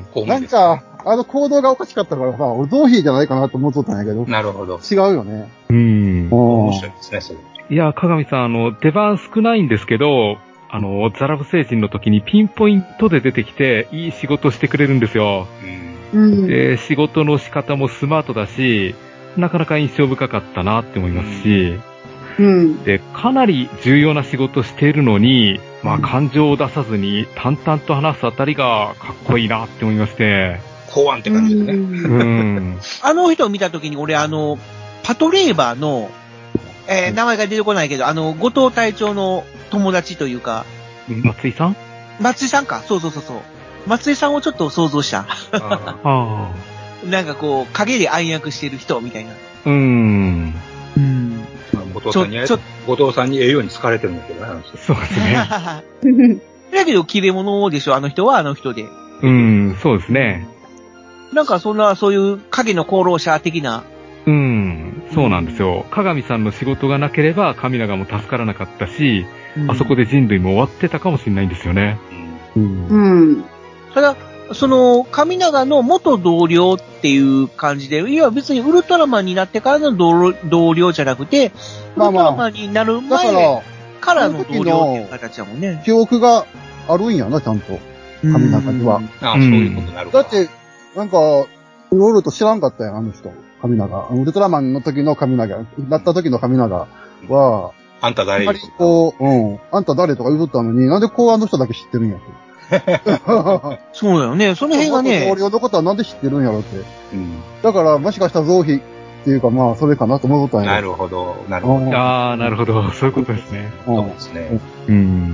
なんか、あの行動がおかしかったからさ、俺ゾーヒーじゃないかなと思っとったんやけど。 なるほど。 違うよね。 うん。 面白いですね、それ。 いや、鏡さん、あの、出番少ないんですけど、あの、ザラブ星人の時にピンポイントで出てきて、いい仕事してくれるんですよ。うん、で、仕事の仕方もスマートだし、なかなか印象深かったなって思いますし、うん、で、かなり重要な仕事しているのに、まあ、感情を出さずに淡々と話すあたりがかっこいいなって思いまして。 公安って感じですね。うん。 あの人を見た時に俺、あの、パトレーバーの、えー、名前が出てこないけど、あの、後藤隊長の友達というか。 松井さん松井さんか。そうそうそうそう。松井さんをちょっと想像した。あなんかこう、影で暗躍してる人みたいな。 うーん。 うん。 後藤さんに、後藤さんにええように好かれてるんだけどね。 そうですね。 だけど、切れ者でしょ、あの人はあの人で。 うん、そうですね。 なんかそんな、そういう影の功労者的な。 うん、そうなんですよ。鏡さんの仕事がなければ神永も助からなかったし、うん、あそこで人類も終わってたかもしれないんですよね。 うん。 ただ、その、神長の元同僚っていう感じで、いや別にウルトラマンになってからの同同僚じゃなくて、 まあまあ、 ウルトラマンになる前からの同僚っていう形だもんね。 記憶があるんやな、ちゃんと。神長には。 ああ、そういうことになるか。 だって、なんか、いろいろと知らんかったやん、あの人。神長。ウルトラマンの時の神長。だった時の神長は、 あんた誰あんまりこう、うん。あんた誰とか言うとったのに、なんでこうあの人だけ知ってるんやと。 そうだよね。その辺がね。 同僚のことはなんで知ってるんやろって。うん。だから、もしかしたら増費っていうか、まあ、それかなと思ったんや。 なるほど、なるほど。 ああ、なるほど。そういうことですね。 そうですね。 うん。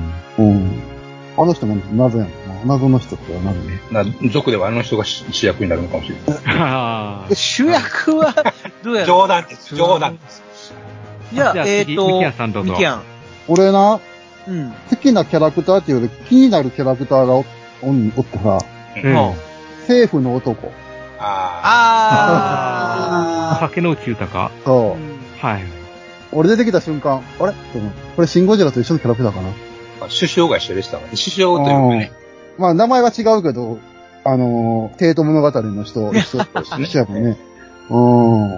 うん。あの人も謎やん。謎の人って謎ね。 な、族ではあの人が主役になるのかもしれない。 主役は、どうやろ冗談です。冗談です。 じゃあ、えっ、ー、と、 ミキヤンさんどうぞ。 ミキヤン。 俺な、 うん、 好きなキャラクターっていうより気になるキャラクターが お, お, おってさ、うん、政府の男。 ああ。 竹野内豊。 そう。うん、 はい。 俺出てきた瞬間、あれこれシンゴジラと一緒のキャラクターかな。 首相が一緒でしたわね。首相というかね。 まあ名前は違うけど、あのー、帝都物語の人、一緒、一緒やもんね。うん。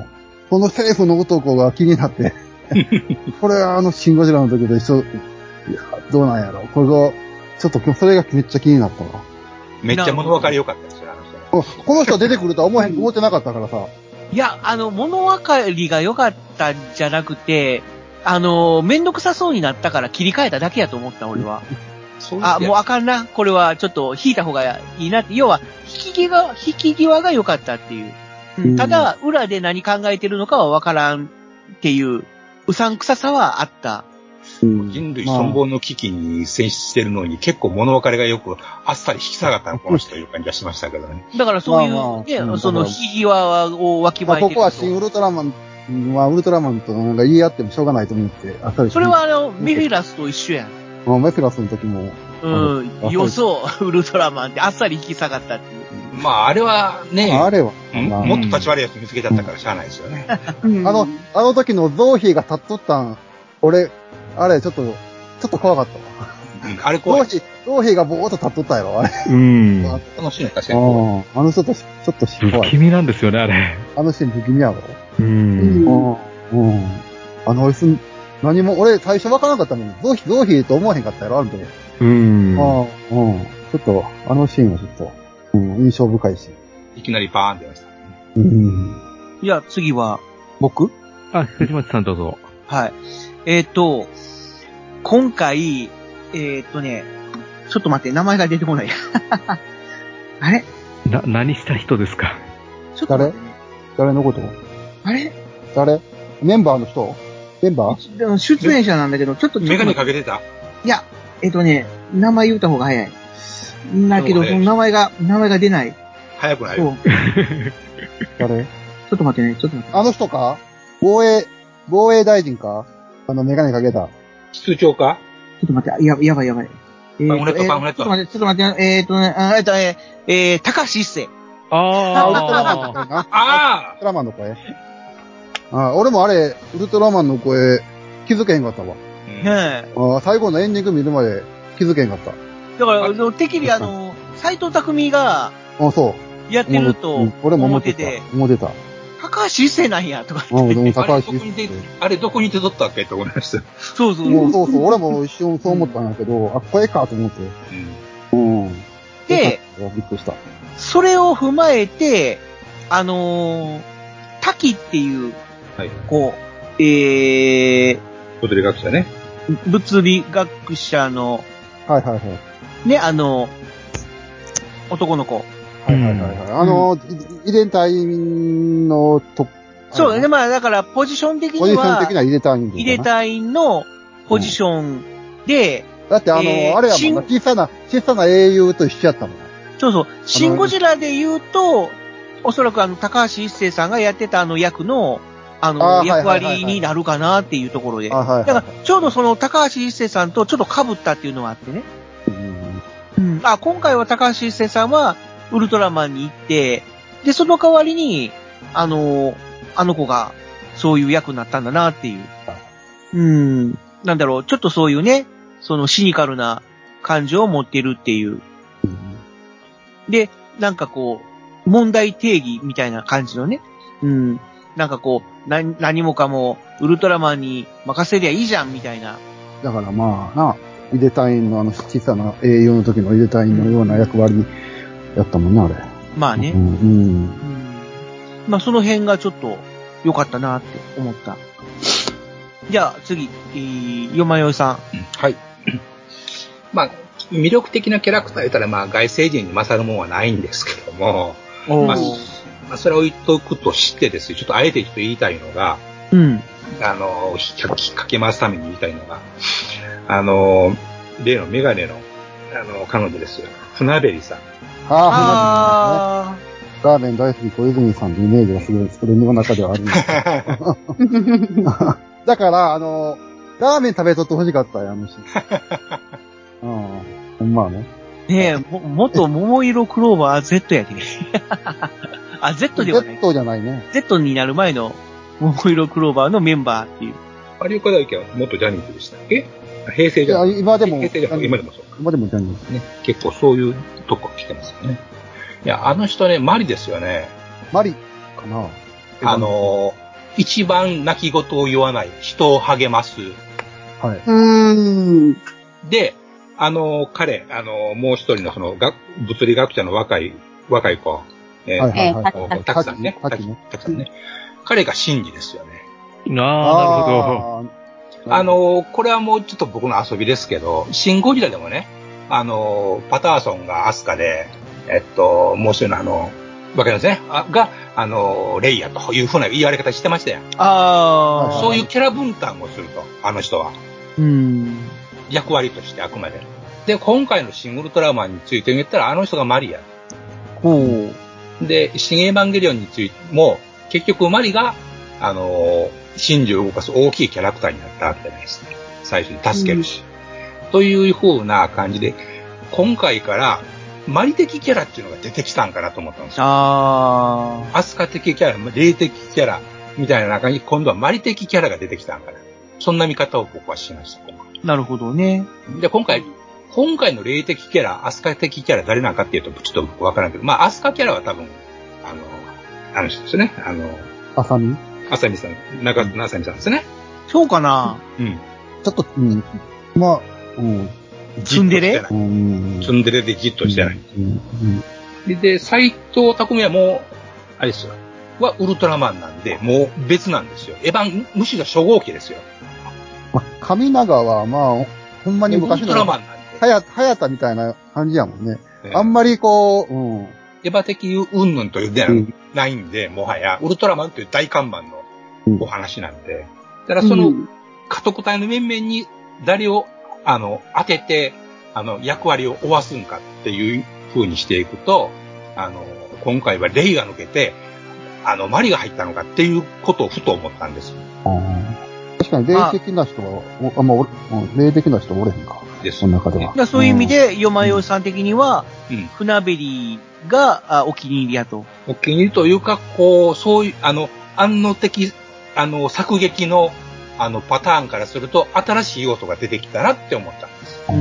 この政府の男が気になって、これはあのシンゴジラの時と一緒、いや、どうなんやろ。これが、ちょっとそれがめっちゃ気になったわ。 めっちゃ物分かり良かったですよ、あの人。この人出てくるとは思えへん、思ってなかったからさ。 いや、あの、物分かりが良かったんじゃなくて、あの、めんどくさそうになったから切り替えただけやと思った、俺は。あ、もうあかんな。これはちょっと引いた方がいいなって。要は、引き際、引き際が良かったっていう。うん、ただ、裏で何考えてるのかは分からんっていう、うさんくささはあった。 うん、人類存亡の危機に選出してるのに、結構物分かりがよく、あっさり引き下がったのこの人という感じがしましたけどね。 だからそういう、ね、まあまあうん、その引き際をわきまえてる、 まあ。ここは新ウルトラマン、まあウルトラマンとなんか言い合ってもしょうがないと思って、あっさり。 それはあの、メフィラスと一緒やん。 あメフィラスの時も。 うん、予想、ウルトラマンってあっさり引き下がったっていう。 まあ、あれはね、 あれは、 まあ、もっと立ち悪いやつ見つけちゃったからしゃあないですよね。 うん、あの、あの時のゾーヒーが立っとったん、俺、あれ、ちょっと、ちょっと怖かったわ。 うん、あれ怖い。 ゾーヒー、ゾーヒーがぼーっと立っとったやろ、あれ。 うん。 楽しいの確かに。 あの人と、ちょっと怖い。 不気味なんですよね、あれ。 あの人不気味やろ。 うん。 うん。あの、何も、俺、最初わからなかったもん。ゾーヒー、ゾーヒーと思わへんかったやろ、あの時。 うん。 ああ、うん。ちょっと、あのシーンはちょっと、うん、印象深いし。 いきなりバーンって出ました。 うん。 じゃあ次は、僕あ、藤松さんどうぞ。 はい。えっ、ー、と、今回、えっ、ー、とね、ちょっと待って、名前が出てこない。あれな、何した人ですか？ ちょっと誰誰のことあれ誰メンバーの人メンバー出演者なんだけど、ちょっと、 メガネかけてたいや、えっ、ー、とね、名前言うた方が早い。だけど、その名前が、名前が出ない。 早くないよ。 誰ちょっと待ってね、ちょっと待って。 あの人か防衛、防衛大臣かあのメガネかけた。 室長かちょっと待って、やばい、やばい、やばい。 パンフレット、パンフレット。 ちょっと待って、ちょっと待って、えーっとね、えーっとね、えー、高橋一生。 ああ、ウルトラマンの声な。 あウルトラマンの声。あ俺もあれ、ウルトラマンの声、気づけへんかったわ。 ねえ。 あ最後のエンディング見るまで気づけへんかった。 だから、てっきりあの、斎藤匠が、 あ、そう。 やってると、 俺も思ってた。思ってた。 高橋一生なんや、とかって。 あ、でも高橋一生。あれどこに手取ったっけと思いました。 そうそう。 そうそうそう。俺も一瞬そう思ったんやけど、あ、声かと思って。うん。うん。 で、 びっくりした。 それを踏まえて、あのー、滝っていう、 はい、 こう、えー、 物理学者ね。 物理学者の、 はいはいはい。 ね、あの、男の子。 はいはいはい、はい。あの、うん、遺伝体のと、 そうだね。まあだからポジション的には、 ポジション的には遺伝体遺伝体のポジションで、 うん、だってあの、えー、あれやもんな、小さな、小さな英雄と一緒やったもん。 そうそう。シンゴジラで言うと、おそらくあの、高橋一生さんがやってたあの役の、あの、あ役割になるかなっていうところで。だから、ちょうどその高橋一生さんとちょっと被ったっていうのがあってね。うん。うん、あ、今回は高橋一生さんは、ウルトラマンに行って、で、その代わりに、あの、あの子が、そういう役になったんだなっていう。うん。なんだろう、ちょっとそういうね、そのシニカルな感情を持っているっていう。 で、なんかこう、問題定義みたいな感じのね。うん。なんかこう、な、何もかも、ウルトラマンに任せりゃいいじゃん、みたいな。 だからまあな、イデ隊員のあの小さな栄養の時のイデ隊員のような役割やったもんね、あれ。 まあね。 うん。うん、 まあその辺がちょっと良かったなって思った。じゃあ次、えー、よまよいさん。 はい。まあ、魅力的なキャラクター言ったら、まあ外星人に勝るもんはないんですけども、まあ、まあ、それを言っとくとしてですね、ちょっとあえてちょっと言いたいのが、 うん。 あの、かけ回すために言いたいのが、あの、例のメガネの、あの、彼女ですよ。船べりさん。 ああ、船べり、ね。ラーメン大好き小泉さんのイメージがすごいですけど、自分の中ではあるんですだから、あの、ラーメン食べとってほしかったよ、あの人。うん。ほんまあね。 ねえ、も、元桃色クローバー Z やで。あ、Z ではない。 Z じゃないね。 Z になる前の桃色クローバーのメンバーっていう。 有岡大輝は元ジャニーズでしたっけ？平成じゃない。 いや、今でも。 平成じゃない。今でもそう。 今でもジャニーズね。結構そういうとこ来てますよね。いや、あの人ね、マリですよね。 マリかな。 あのー、一番泣き言を言わない、人を励ます。 はい。 うーん。 で、あのー、彼、あのー、もう一人のその、が物理学者の若い、若い子。えー、はいはいはい。たくさんね。たくさんね。彼がシンジですよね。 ああ、なるほど。あのー、これはもうちょっと僕の遊びですけど、シンゴジラでもね、あのー、パターソンがアスカで、えっと、もう一人のあの、わかりますね。あが、あの、レイヤというふうな言われ方してましたよ。 ああ。 そういうキャラ分担をすると、あの人は。 うん。 役割としてあくまで。で、今回のシン・ウルトラマンについて言ったら、あの人がマリア。 ほう。で、シン・エヴァンゲリオンについても、結局マリが、あの、真珠を動かす大きいキャラクターになったわけじゃないですね。最初に助けるし。うん、というふうな感じで、今回から、マリ的キャラっていうのが出てきたんかなと思ったんですよ。 ああ。アスカ的キャラ、霊的キャラ、みたいな中に今度はマリ的キャラが出てきたんかな。そんな見方を僕はしました。 なるほどね。 で、今回、今回の霊的キャラ、アスカ的キャラ誰なんかっていうと、ちょっと僕わからんけど、まあ、アスカキャラは多分、あの、あの人ですね。あの、 あさみあさみさん、中津あさみさんですね。 そうかなうん。 ちょっと、うん、まあ、うん。 ツンデレツンデレでじっとしてない。うんうん、で、斎藤匠はもう、あれですよ。はウルトラマンなんで、もう別なんですよ。エヴァン、むしろ初号機ですよ。 まあ、神長は、まあ、ほんまに昔の、 ウルトラマンなんで。 はや、はやたみたいな感じやもんね。えー、あんまりこう、うん。 エヴァ的云々というではないんで、うん、もはや、ウルトラマンという大看板のお話なんで。だからその、家督隊の面々に誰を、あの、当てて、あの、役割を負わすんかっていう風にしていくと、あの、今回はレイが抜けて、あの、マリが入ったのかっていうことをふと思ったんです。 確かに霊的な人は、あんま、霊的な人おれへんか。 です。 その中では。 そういう意味で、ヨマヨさん的には、うん、船べりがあお気に入りやと。 お気に入りというか、こう、そういう、あの、安野的、あの、作劇の、あの、パターンからすると、新しい要素が出てきたなって思ったんです。 うん、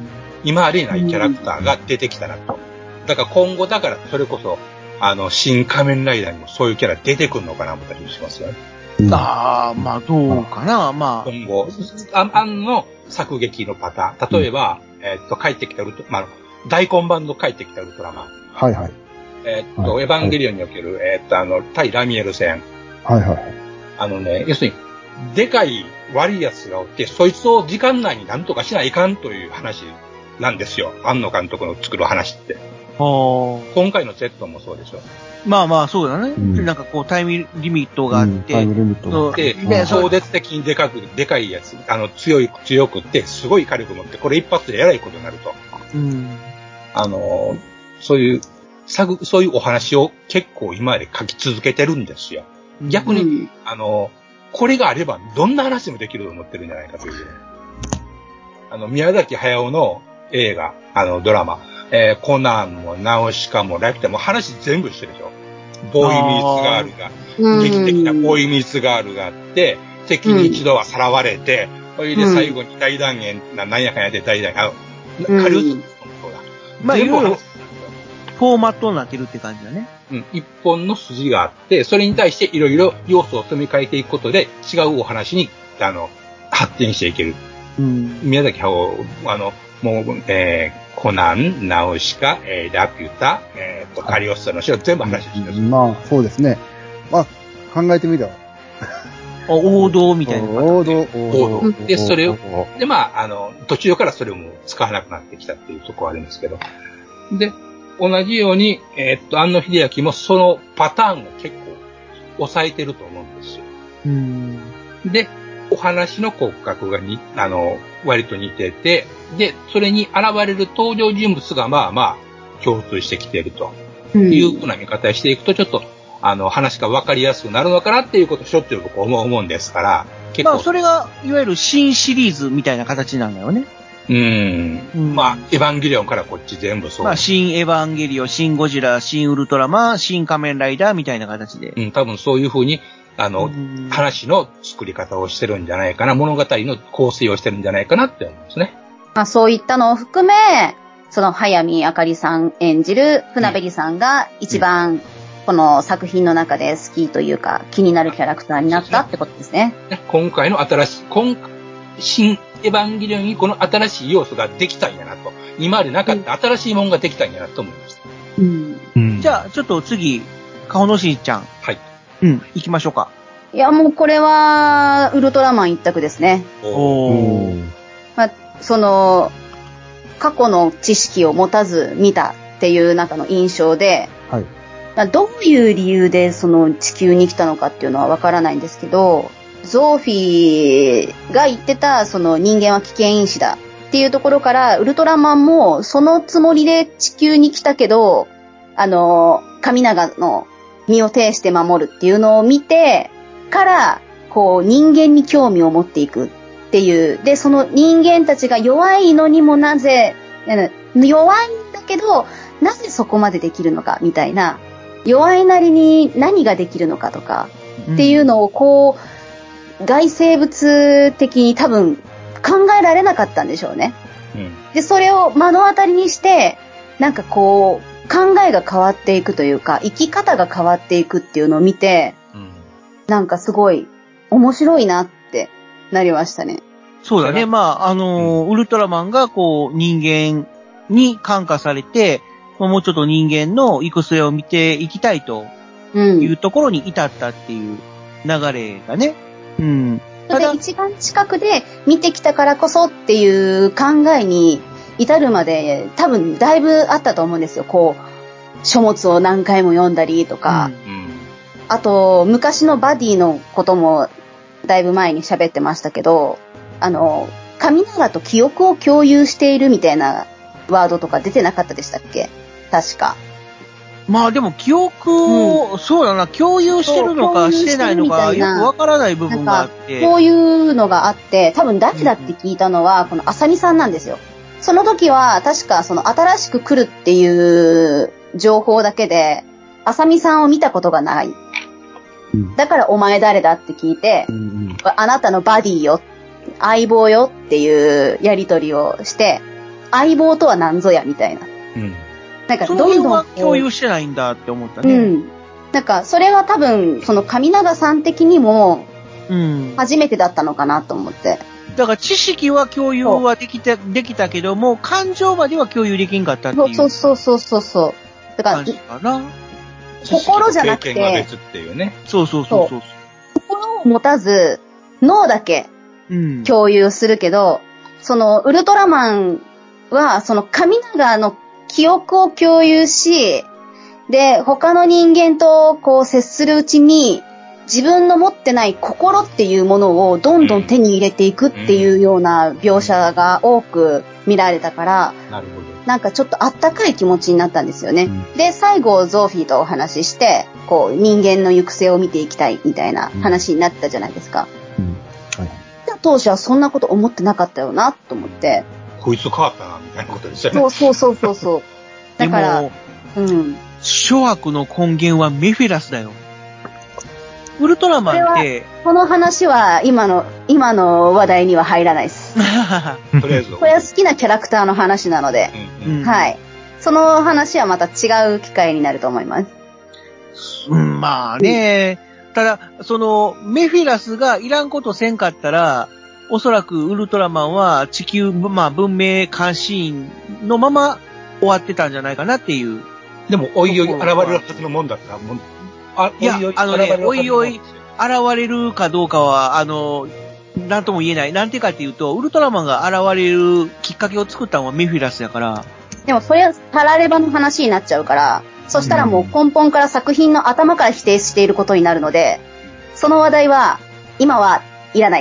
今ありえないキャラクターが出てきたなと。だから今後、だから、それこそ、あの、新仮面ライダーにもそういうキャラ出てくるのかなと思ったりしますよね。 うん、ああ、まあ、どうかな、まあ。 今後、あ、あの作劇のパターン。例えば、うん、えー、っと、帰ってきたウルト、まあ、大根版の帰ってきたウルトラマン。 はいはい。 えー、っと、はい、エヴァンゲリオンにおける、はい、えー、っと、あの、対ラミエル戦。 はいはい。 あのね、要するに、でかい悪い奴がおって、そいつを時間内に何とかしないかんという話なんですよ。庵野監督の作る話って。今回の Z もそうでしょ。 まあまあ、そうだね。うん、なんかこう、タイムリミットがあって。うん、 タイムリミットで、で超絶的にでかく、でかいやつ、あの、強い、強くって、すごい火力持って、これ一発でえらいことになると。 うん、 あの、そういう、そういうお話を結構今まで書き続けてるんですよ。逆に、うん、あの、これがあれば、どんな話もできると思ってるんじゃないかという。あの、宮崎駿の映画、あの、ドラマ、えー、コナンもナウシカもラピュタも話全部一緒でしょ。ボーイミーツガールが、劇的なボーイミーツガールがあって、敵に一度はさらわれて、それで最後に大断言、な、なんやかんやで大断言、あ、カリウスもそうだ。 まあ、いろいろ、 フォーマットになってるって感じだね。 うん。一本の筋があって、それに対していろいろ要素を組み替えていくことで、違うお話に、あの、発展していける。うん。宮崎駿、あの、もう、えー、コナン、ナウシカ、えー、ラピュタ、えーと、カリオストロの城、全部話してる。 まあ、そうですね。まあ、考えてみれば。 王道みたいな。 王道、 王道。で、それを、で、まあ、あの、途中からそれをもう使わなくなってきたっていうところはありますけど。で、同じように、えー、っと、庵野秀明もそのパターンを結構抑えてると思うんですよ。うんで、お話の骨格がに、あの、割と似てて、で、それに現れる登場人物がまあまあ共通してきているというふうな見方をしていくと、ちょっと、あの、話が分かりやすくなるのかなっていうことをしょっちゅう僕思う思うんですから、 結構。まあ、それが、いわゆる新シリーズみたいな形なんだよね。 うーん。うん、まあ、エヴァンゲリオンからこっち全部そう。 まあ、新エヴァンゲリオン、新ゴジラ、新ウルトラマン、新仮面ライダーみたいな形で。 うん、多分そういうふうに、あの、話の作り方をしてるんじゃないかな、物語の構成をしてるんじゃないかなって思うんですね。 まあ、そういったのを含め、その、早見あかりさん演じる船べりさんが一番、うんうんこの作品の中で好きというか気になるキャラクターになったってことですね。 今回の新しい、今、新エヴァンゲリオンにこの新しい要素ができたんやなと。今までなかった新しいものができたんやなと思いました。 うんうん、じゃあ、ちょっと次、顔のしーちゃん。 はい。 うん、行きましょうか。 いや、もうこれは、ウルトラマン一択ですね。おー。まあ、その、過去の知識を持たず見たっていう中の印象で、はい。どういう理由でその地球に来たのかっていうのはわからないんですけど、ゾーフィーが言ってたその人間は危険因子だっていうところから、ウルトラマンもそのつもりで地球に来たけど、あの、神長の身を挺して守るっていうのを見てから、こう人間に興味を持っていくっていう。で、その人間たちが弱いのにもなぜ、弱いんだけど、なぜそこまでできるのかみたいな。弱いなりに何ができるのかとかっていうのをこう外生物的に多分考えられなかったんでしょうね。うん、でそれを目の当たりにしてなんかこう考えが変わっていくというか生き方が変わっていくっていうのを見て、うん、なんかすごい面白いなってなりましたね。 そうだね。まああのーうん、ウルトラマンがこう人間に感化されてもうちょっと人間の行く末を見ていきたいというところに至ったっていう流れがね。うん。 ただ一番近くで見てきたからこそっていう考えに至るまで多分だいぶあったと思うんですよ。こう、書物を何回も読んだりとか。うん、あと、昔のバディのこともだいぶ前に喋ってましたけど、あの、神長と記憶を共有しているみたいなワードとか出てなかったでしたっけ？確か。 まあでも記憶を、うん、そうだな、共有してるのかしてないのかよくわからない部分があって。 こういうのがあって、多分誰だって聞いたのは、うん、この浅見さんなんですよ。その時は確かその新しく来るっていう情報だけで、浅見さんを見たことがない。うん、だからお前誰だって聞いて、うんうん、あなたのバディよ、相棒よっていうやりとりをして、相棒とは何ぞやみたいな。うんなんかどんどんそれは共有してないんだって思ったね。うん。 なんかそれは多分その神長さん的にも初めてだったのかなと思って。 うん、だから知識は共有はできたできたけども感情までは共有できんかったっていう。 そうそうそうそうそう。だからかな心じゃなくて経験が別っていうね。 そうそうそうそう。 心を持たず脳だけ共有するけど、うん、そのウルトラマンはその神長の記憶を共有し、で、他の人間とこう接するうちに、自分の持ってない心っていうものをどんどん手に入れていくっていうような描写が多く見られたから、なるほど。なんかちょっとあったかい気持ちになったんですよね。うん、で、最後ゾーフィーとお話しして、こう人間の行く末を見ていきたいみたいな話になったじゃないですか。うんうんはい、当初はそんなこと思ってなかったよなと思って。 こいつ変わったなみたいなことですよね。 そうそうそうそうそう。だから、うん。 諸悪の根源はメフィラスだよ。ウルトラマンって、 この話は今の、今の話題には入らないです。とりあえず。これは好きなキャラクターの話なので、うんうん、はい。 その話はまた違う機会になると思います。 うん、まあね、うん、ただ、その、メフィラスがいらんことせんかったら、おそらくウルトラマンは地球、まあ文明監視員のまま終わってたんじゃないかなっていう。 でも、おいおい現れるはずのもんだったら、もう、 あ、いや、あのね、おいおい現れるかどうかは、あの、なんとも言えない。なんてかっていうと、ウルトラマンが現れるきっかけを作ったのはメフィラスやから。 でも、それはタラレバの話になっちゃうから、そしたらもう根本から作品の頭から否定していることになるので、その話題は、今はいらないです。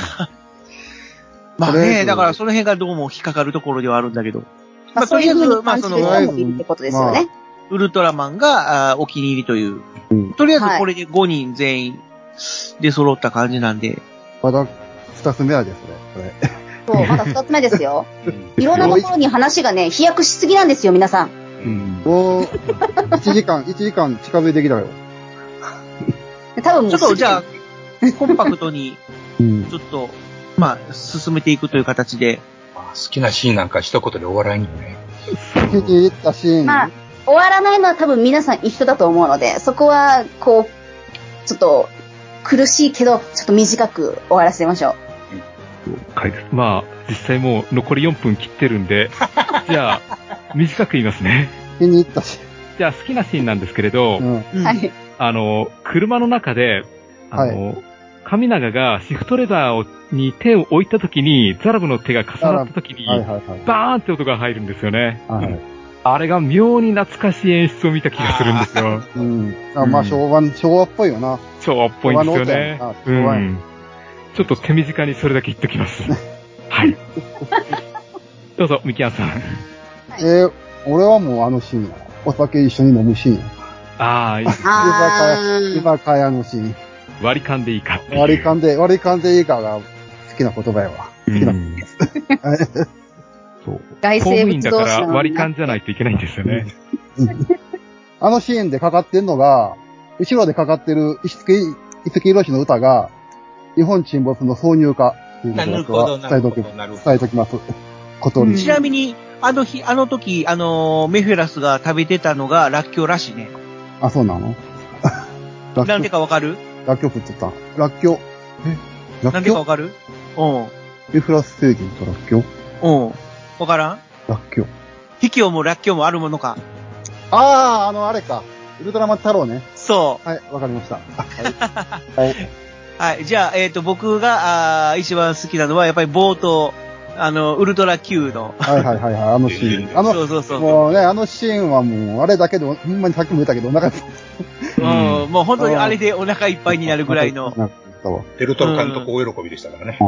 まあね、だからその辺がどうも引っかかるところではあるんだけど。まあ、とりあえず、まあその、 ってことですよね。 ウルトラマンがお気に入りという。うん、とりあえずこれでごにん全員で揃った感じなんで。 まだ二つ目はですね、 これ。そう、まだ二つ目ですよ。いろんなところに話がね、飛躍しすぎなんですよ、皆さん。 うん。おー、いちじかん、いちじかん近づいてきたよ。 多分もうちょっとじゃあ、コンパクトに、ちょっと、まあ、進めていくという形で。 好きなシーンなんか一言で終わらんよね。 気に入ったシーン。 まあ、終わらないのは多分皆さん一緒だと思うので、そこは、こう、ちょっと、苦しいけど、ちょっと短く終わらせましょう。 はいです。まあ、実際もう残りよんぷん切ってるんで、じゃあ、短く言いますね。 気に入ったシーン。 じゃあ、好きなシーンなんですけれど、 うん、 はい。 あの、車の中で、あの、はい、神永がシフトレバーをに手を置いたときに、ザラブの手が重なったときに、はいはいはい、バーンって音が入るんですよね。はい、あれが妙に懐かしい演出を見た気がするんですよ。 うん。あ、まあ、昭和、昭和っぽいよな。 昭和っぽいんですよね。うん。ちょっと手短にそれだけ言っときます。はい。どうぞ、ミキアンさん。 えー、俺はもうあのシーンや。お酒一緒に飲むシーンや。 ああ、いいですね。 居酒屋のシーン。 割り勘でいいかっていう。 割り勘で、割り勘でいいかが好きな言葉やわ。好きな言葉です。 そう。外生物同士だから割り勘じゃないといけないんですよね。 あのシーンでかかってんのが、後ろでかかってる石月、石月ひろしの歌が、日本沈没の挿入歌っていうことを伝えとき、伝えときます。ことに。 ちなみに、あの日、あの時、あのー、メフェラスが食べてたのがラッキョウらしいね。 あ、そうなのなんでかわかる？ ラッキョウ食ってた。ラッキョウ。えラッキョウなんでかわかる？うん。 メフラス星人とラッキョウ？ うん。わからん？ ラッキョウ。 ヒキョウもラッキョウもあるものか。 ああ、あの、あれか。ウルトラマン太郎ね。 そう。 はい、わかりました。はい。はい。 はい。じゃあ、えっと、僕が、あ一番好きなのは、やっぱり冒頭、あの、ウルトラ Q の。 はいはいはいはい、あのシーン。あの、 そうそうそう。 もうね、あのシーンはもう、あれだけで、ほんまにさっきも言ったけど、お腹いっぱい。 うん、もう本当にあれでお腹いっぱいになるぐらいの。 デルトロ監督大喜びでしたからね。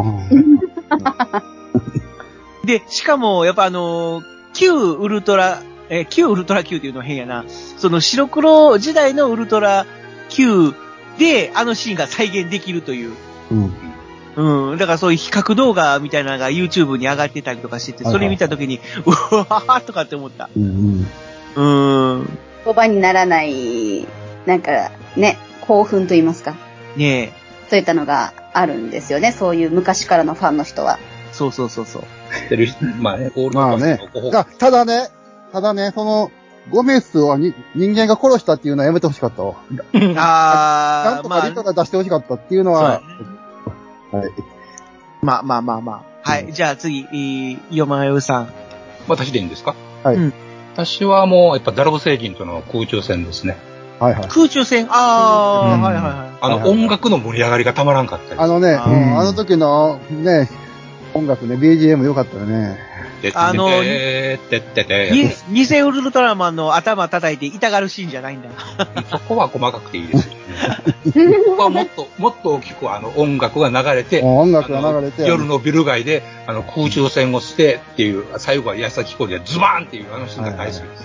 で、しかも、やっぱあの、旧ウルトラ、え、旧ウルトラ Q っていうのは変やな。その白黒時代のウルトラ Q で、あのシーンが再現できるという。うん。うん。だからそういう比較動画みたいなのが YouTube に上がってたりとかしてて、それ見たときに、うわーとかって思った。うん。うん。 言葉にならない、なんか、ね、興奮と言いますか。 ねえ。 そういったのがあるんですよね。そういう昔からのファンの人は。 そうそうそうそう。 まあね、オールまあね。ただね、ただね、その、ゴメスをに人間が殺したっていうのはやめてほしかったわ。 ああ。なんとかリトが出してほしかったっていうのは、 まあ、はい。まあまあまあまあ。はい。うん、じゃあ次、ヨマヨさん。 私でいいんですか？ はい。うん、 私はもう、やっぱダルブ星人との空中戦ですね。 はいはい。 空中戦ああ、うん、はいはいはい。 あの、音楽の盛り上がりがたまらんかったです。 あのね、あ,、うん、あの時のね、音楽ね、ビージーエム 良かったよね。 あの、偽ウルトラマンの頭叩いて痛がるシーンじゃないんだ。 そこは細かくていいですよね。ここはもっと、もっと大きくあの音楽が流れて、 音楽が流れて、 夜のビル街であの空中戦をしてっていう、最後は矢崎コリでズバーンっていうあのシーンが大好きです。はいはい、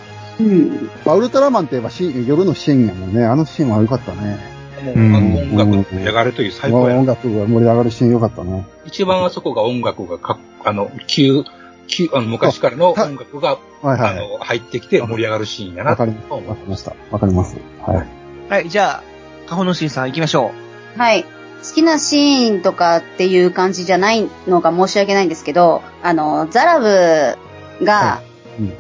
うん。まあ、ウルトラマンって言えば夜のシーンやもんね。あのシーンは良かったね。 もう、うん、あの音楽が盛り上がるという最高や。 音楽が盛り上がるシーン良かったね。 一番あそこが音楽がか、あの、急、急、あの、昔からの音楽が、はいはい、あの、入ってきて盛り上がるシーンやな。 わかりました。わかります。はい。 はい、じゃあ、カホノシンさん行きましょう。はい。好きなシーンとかっていう感じじゃないのが申し訳ないんですけど、あの、ザラブが、はいうん、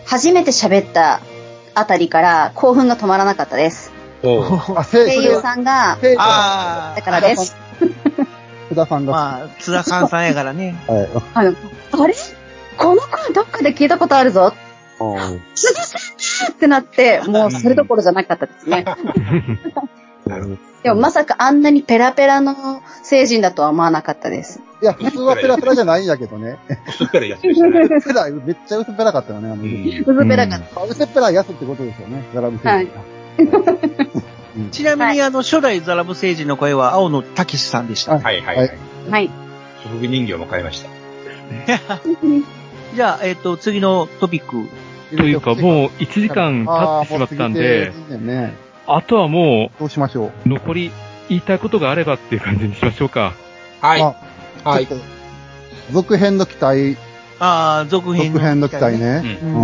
初めて喋ったあたりから興奮が止まらなかったです。声優さんが、 あだからです。 津田さんが。 まあ、津田寛さんやからね。 はい。 あの、あれこの声どっかで聞いたことあるぞ。津田さんってなって、もうそれどころじゃなかったですね。でもまさかあんなにペラペラの成人だとは思わなかったです。 いや、普通はペラペラじゃないんだけどね。 薄っぺらいやつでしたね。 ペラ、めっちゃ薄っぺらかったよね、あの。 薄っぺらかった。 薄っぺらいやつってことですよね、ザラブ星人。 ちなみに、あの、初代ザラブ星人の声は青野武さんでした。 はいはいはい。 はい。 不服人形も買いました。 じゃあ、えっと、次のトピック。 というか、もういちじかん経ってしまったんで、あとはもう、 どうしましょう。残り言いたいことがあればっていう感じにしましょうか。 はい。はい。 続編の期待。 ああ、続編の期待。続編の期待ね。うん。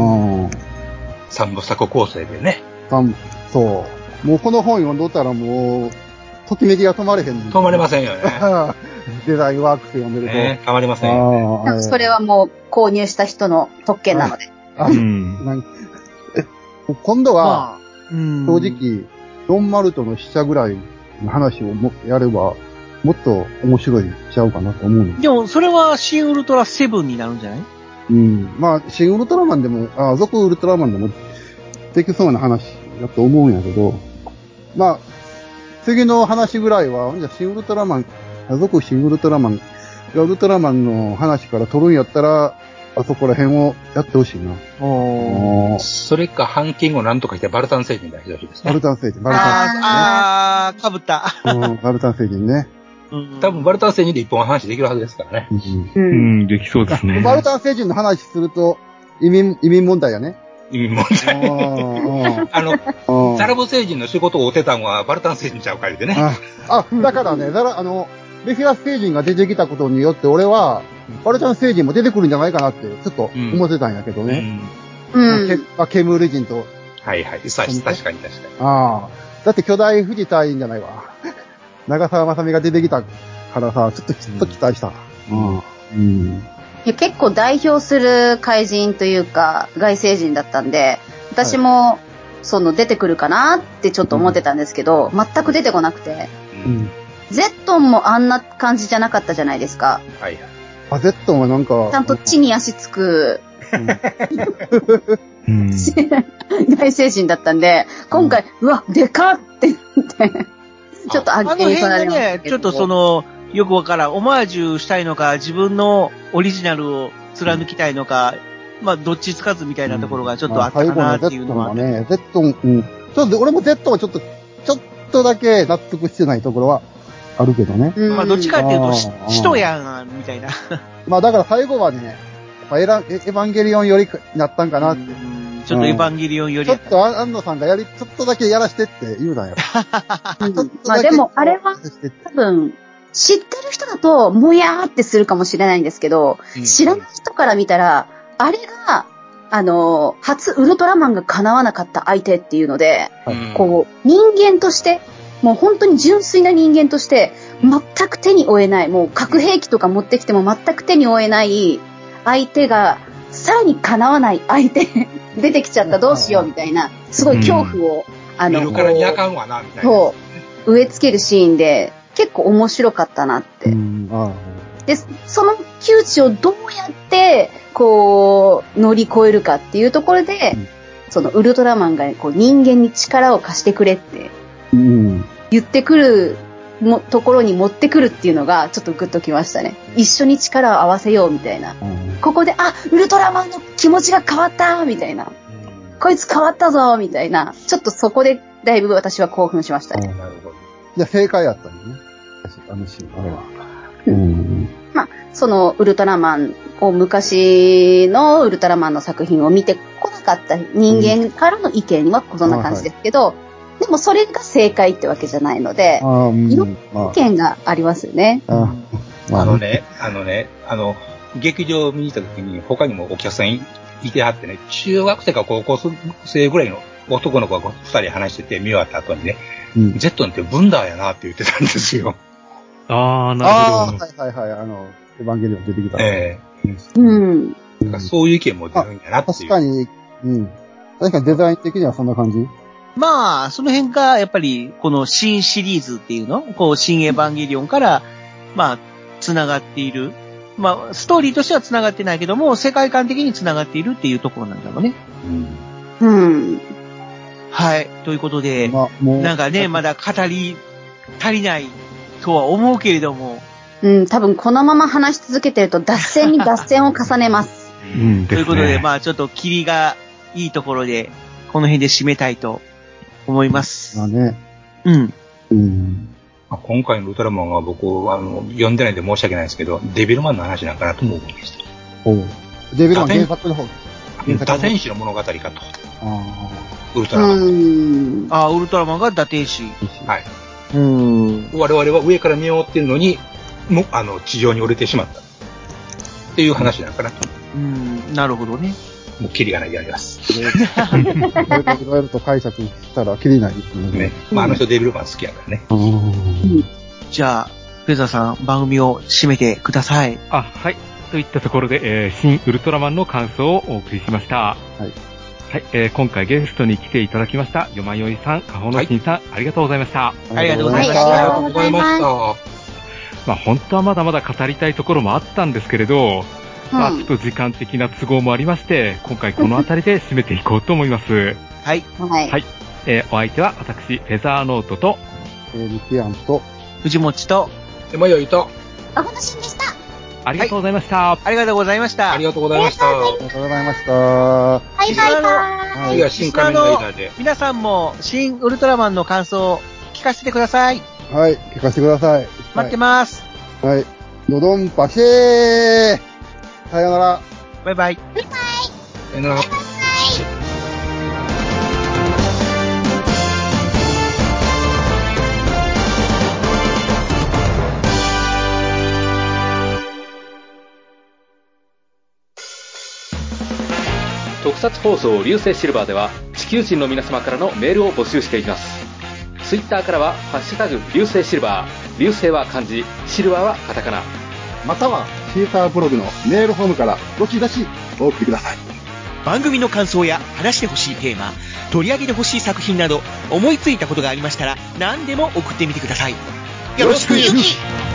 三部作構成でね。 三、そう。もうこの本読んどったらもう、ときめきが止まれへん。 止まれませんよね。 デザインワークス読んでると。 ね、止まりませんよね。 それはもう購入した人の特権なので。 あ、うん。今度は、正直、ドンマルトの死者ぐらいの話をもやれば、もっと面白いちゃうかなと思うんです。 でも、それはシンウルトラセブンになるんじゃない？ うん。まあ、シンウルトラマンでも、あ、族ウルトラマンでもできそうな話だと思うんやけど、まあ、次の話ぐらいは、じゃあシンウルトラマン、族シンウルトラマン、ウルトラマンの話から取るんやったら、あそこら辺をやってほしいな。 おそれか、半径をなんとかしてバルタン星人でやってほしいですね。 バルタン星人、バルタン星人、ね。 あー、かぶった。 うん、バルタン星人ね。 多分バルタン星人で一本話できるはずですからね。 うん、うん、できそうですね。 バルタン星人の話すると、移民、移民問題やね。 移民問題。あの、ザラブ星人の仕事を追ってたのはバルタン星人ちゃうかりでね。 あ、あだからね、ザラ、あの、レフィアス星人が出てきたことによって、俺は、バルタン星人も出てくるんじゃないかなって、ちょっと思ってたんやけどね。 うん。うん、 まあ、ケムール人と。 はいはい。確かに確かに。 ああ。だって巨大富士隊員じゃないわ。長澤まさみが出てきたからさ、ちょっと、ちょっと期待した。うん。うん。 いや結構代表する怪人というか、外星人だったんで、私も、その出てくるかなってちょっと思ってたんですけど、うん、全く出てこなくて。うん。ゼットンもあんな感じじゃなかったじゃないですか。 はいはい。 あ、ゼットンはなんか。 ちゃんと地に足つく、うん、外星人だったんで、今回、うん、うわ、でかって言って、ちょっとあっけにされましたけど。あの辺がね、 ちょっとその、よくわからん、オマージュしたいのか、自分のオリジナルを貫きたいのか、うん、まあ、どっちつかずみたいなところがちょっとあったかなっていうのは。 うんまあ、最後のゼットンはね、ゼットン、うん。ちょっと、俺もゼットンはちょっと、ちょっとだけ納得してないところは、あるけどね。 まあ、どっちかっていうと、使徒やん、みたいな。 まあ、だから最後はね、エラ、エヴァンゲリオンよりになったんかなって。 ちょっとエヴァンゲリオンより。 ちょっと安野さんがやり、ちょっとだけやらしてって言うなよ。 まあでも、あれは、多分、知ってる人だと、もやーってするかもしれないんですけど、うん、知らない人から見たら、あれが、あの、初ウルトラマンが叶わなかった相手っていうので、うん、こう、人間として、もう本当に純粋な人間として、全く手に負えない、もう核兵器とか持ってきても全く手に負えない相手が、さらに叶わない相手出てきちゃったどうしようみたいな、すごい恐怖を、 うん、あの、見るからにあかんわな、みたいな。 そう、植え付けるシーンで、結構面白かったなって。うん、ああで、その窮地をどうやって、こう、乗り越えるかっていうところで、うん、そのウルトラマンが、こう、人間に力を貸してくれって、うん、言ってくるもところに持ってくるっていうのがちょっとグッときましたね。一緒に力を合わせようみたいな。うん、ここで、あ、ウルトラマンの気持ちが変わったみたいな。うん、こいつ変わったぞみたいな。ちょっとそこでだいぶ私は興奮しましたね。 なるほど。じゃあ正解やったんよね。あのシーン、あれは。うん、 まあ、そのウルトラマンを昔のウルトラマンの作品を見てこなかった人間からの意見はそんな感じですけど、うんでもそれが正解ってわけじゃないので、あうん、いろんな意見がありますよね。 あ, あのね、あのね、あの、劇場見に行った時に他にもお客さん い, いてはってね、中学生か高校生ぐらいの男の子が二人話してて見終わった後にね、うん、ジェットンってブンダーやなって言ってたんですよ。 ああ、なるほど。 はいはいはい、あの、エヴァンゲリオン出てきた。 ええー。うん。 だからそういう意見も出るんやなっていう。 確かに、 うん。確かにデザイン的にはそんな感じ？ まあ、その辺が、やっぱり、この新シリーズっていうのこう、新エヴァンゲリオンから、まあ、繋がっている。まあ、ストーリーとしては繋がってないけども、世界観的に繋がっているっていうところなんだろうね。 うん。うん。 はい。ということで、まあ、もうなんかね、まだ語り足りないとは思うけれども。 うん、多分このまま話し続けてると脱線に脱線を重ねます。 うん、ということで、まあちょっと霧りがいいところで、この辺で締めたいと思います。 まあね。 うん。 うん。 今回のウルトラマンは僕はあの読んでないんで申し訳ないですけど、デビルマンの話なんかなと思うんでした。 おう。デビルマン原作の方。 打天使の物語かと。 ああ。 ウルトラマン。 ああ、ウルトラマンが打天使。 はい。 うん。 我々は上から見守ってるのに、もあの地上に降りてしまった。っていう話なんかなと。 うん、なるほどね。 もうキリがないであります。 いろいろと解釈したらキリないですね。 ね。まああの人デビルマン好きやからね。 うん、じゃあ、フェザーさん、番組を締めてください。 あ、はい。といったところで、えー、新ウルトラマンの感想をお送りしました。 はい。 はい、えー、今回ゲストに来ていただきました、よまよいさん、かほのしんさん、はい、ありがとうございました。 ありがとうございました。ありがとうございました。 まあ本当はまだまだ語りたいところもあったんですけれど、うん、まあちょっと時間的な都合もありまして、今回この辺りで締めていこうと思います。 はい。 はい。 はい。えー、お相手は私、フェザーノートと、 えー、リキアンと、 藤もちと、 よまよいと、 あほのしんでした。 ありがとうございました、 はい。ありがとうございました。 ありがとうございました。 ありがとうございました。 はいはいはい。 次は新仮面ライダーで。 皆さんも新ウルトラマンの感想を聞かせてください。 はい、聞かせてください。 待ってます。 はい。ドドンパシェー。さよなら。 バイバイ。 バイバイ。 さよなら。バイバイ。 特撮放送流星シルバーでは地球人の皆様からのメールを募集しています。ツイッターからはハッシュタグ流星シルバー、流星は漢字、シルバーはカタカナ、 またはシーサーブログのメールフォームからどしどしお送りください。 番組の感想や話してほしいテーマ、取り上げてほしい作品など思いついたことがありましたら何でも送ってみてください。よろしくゆき。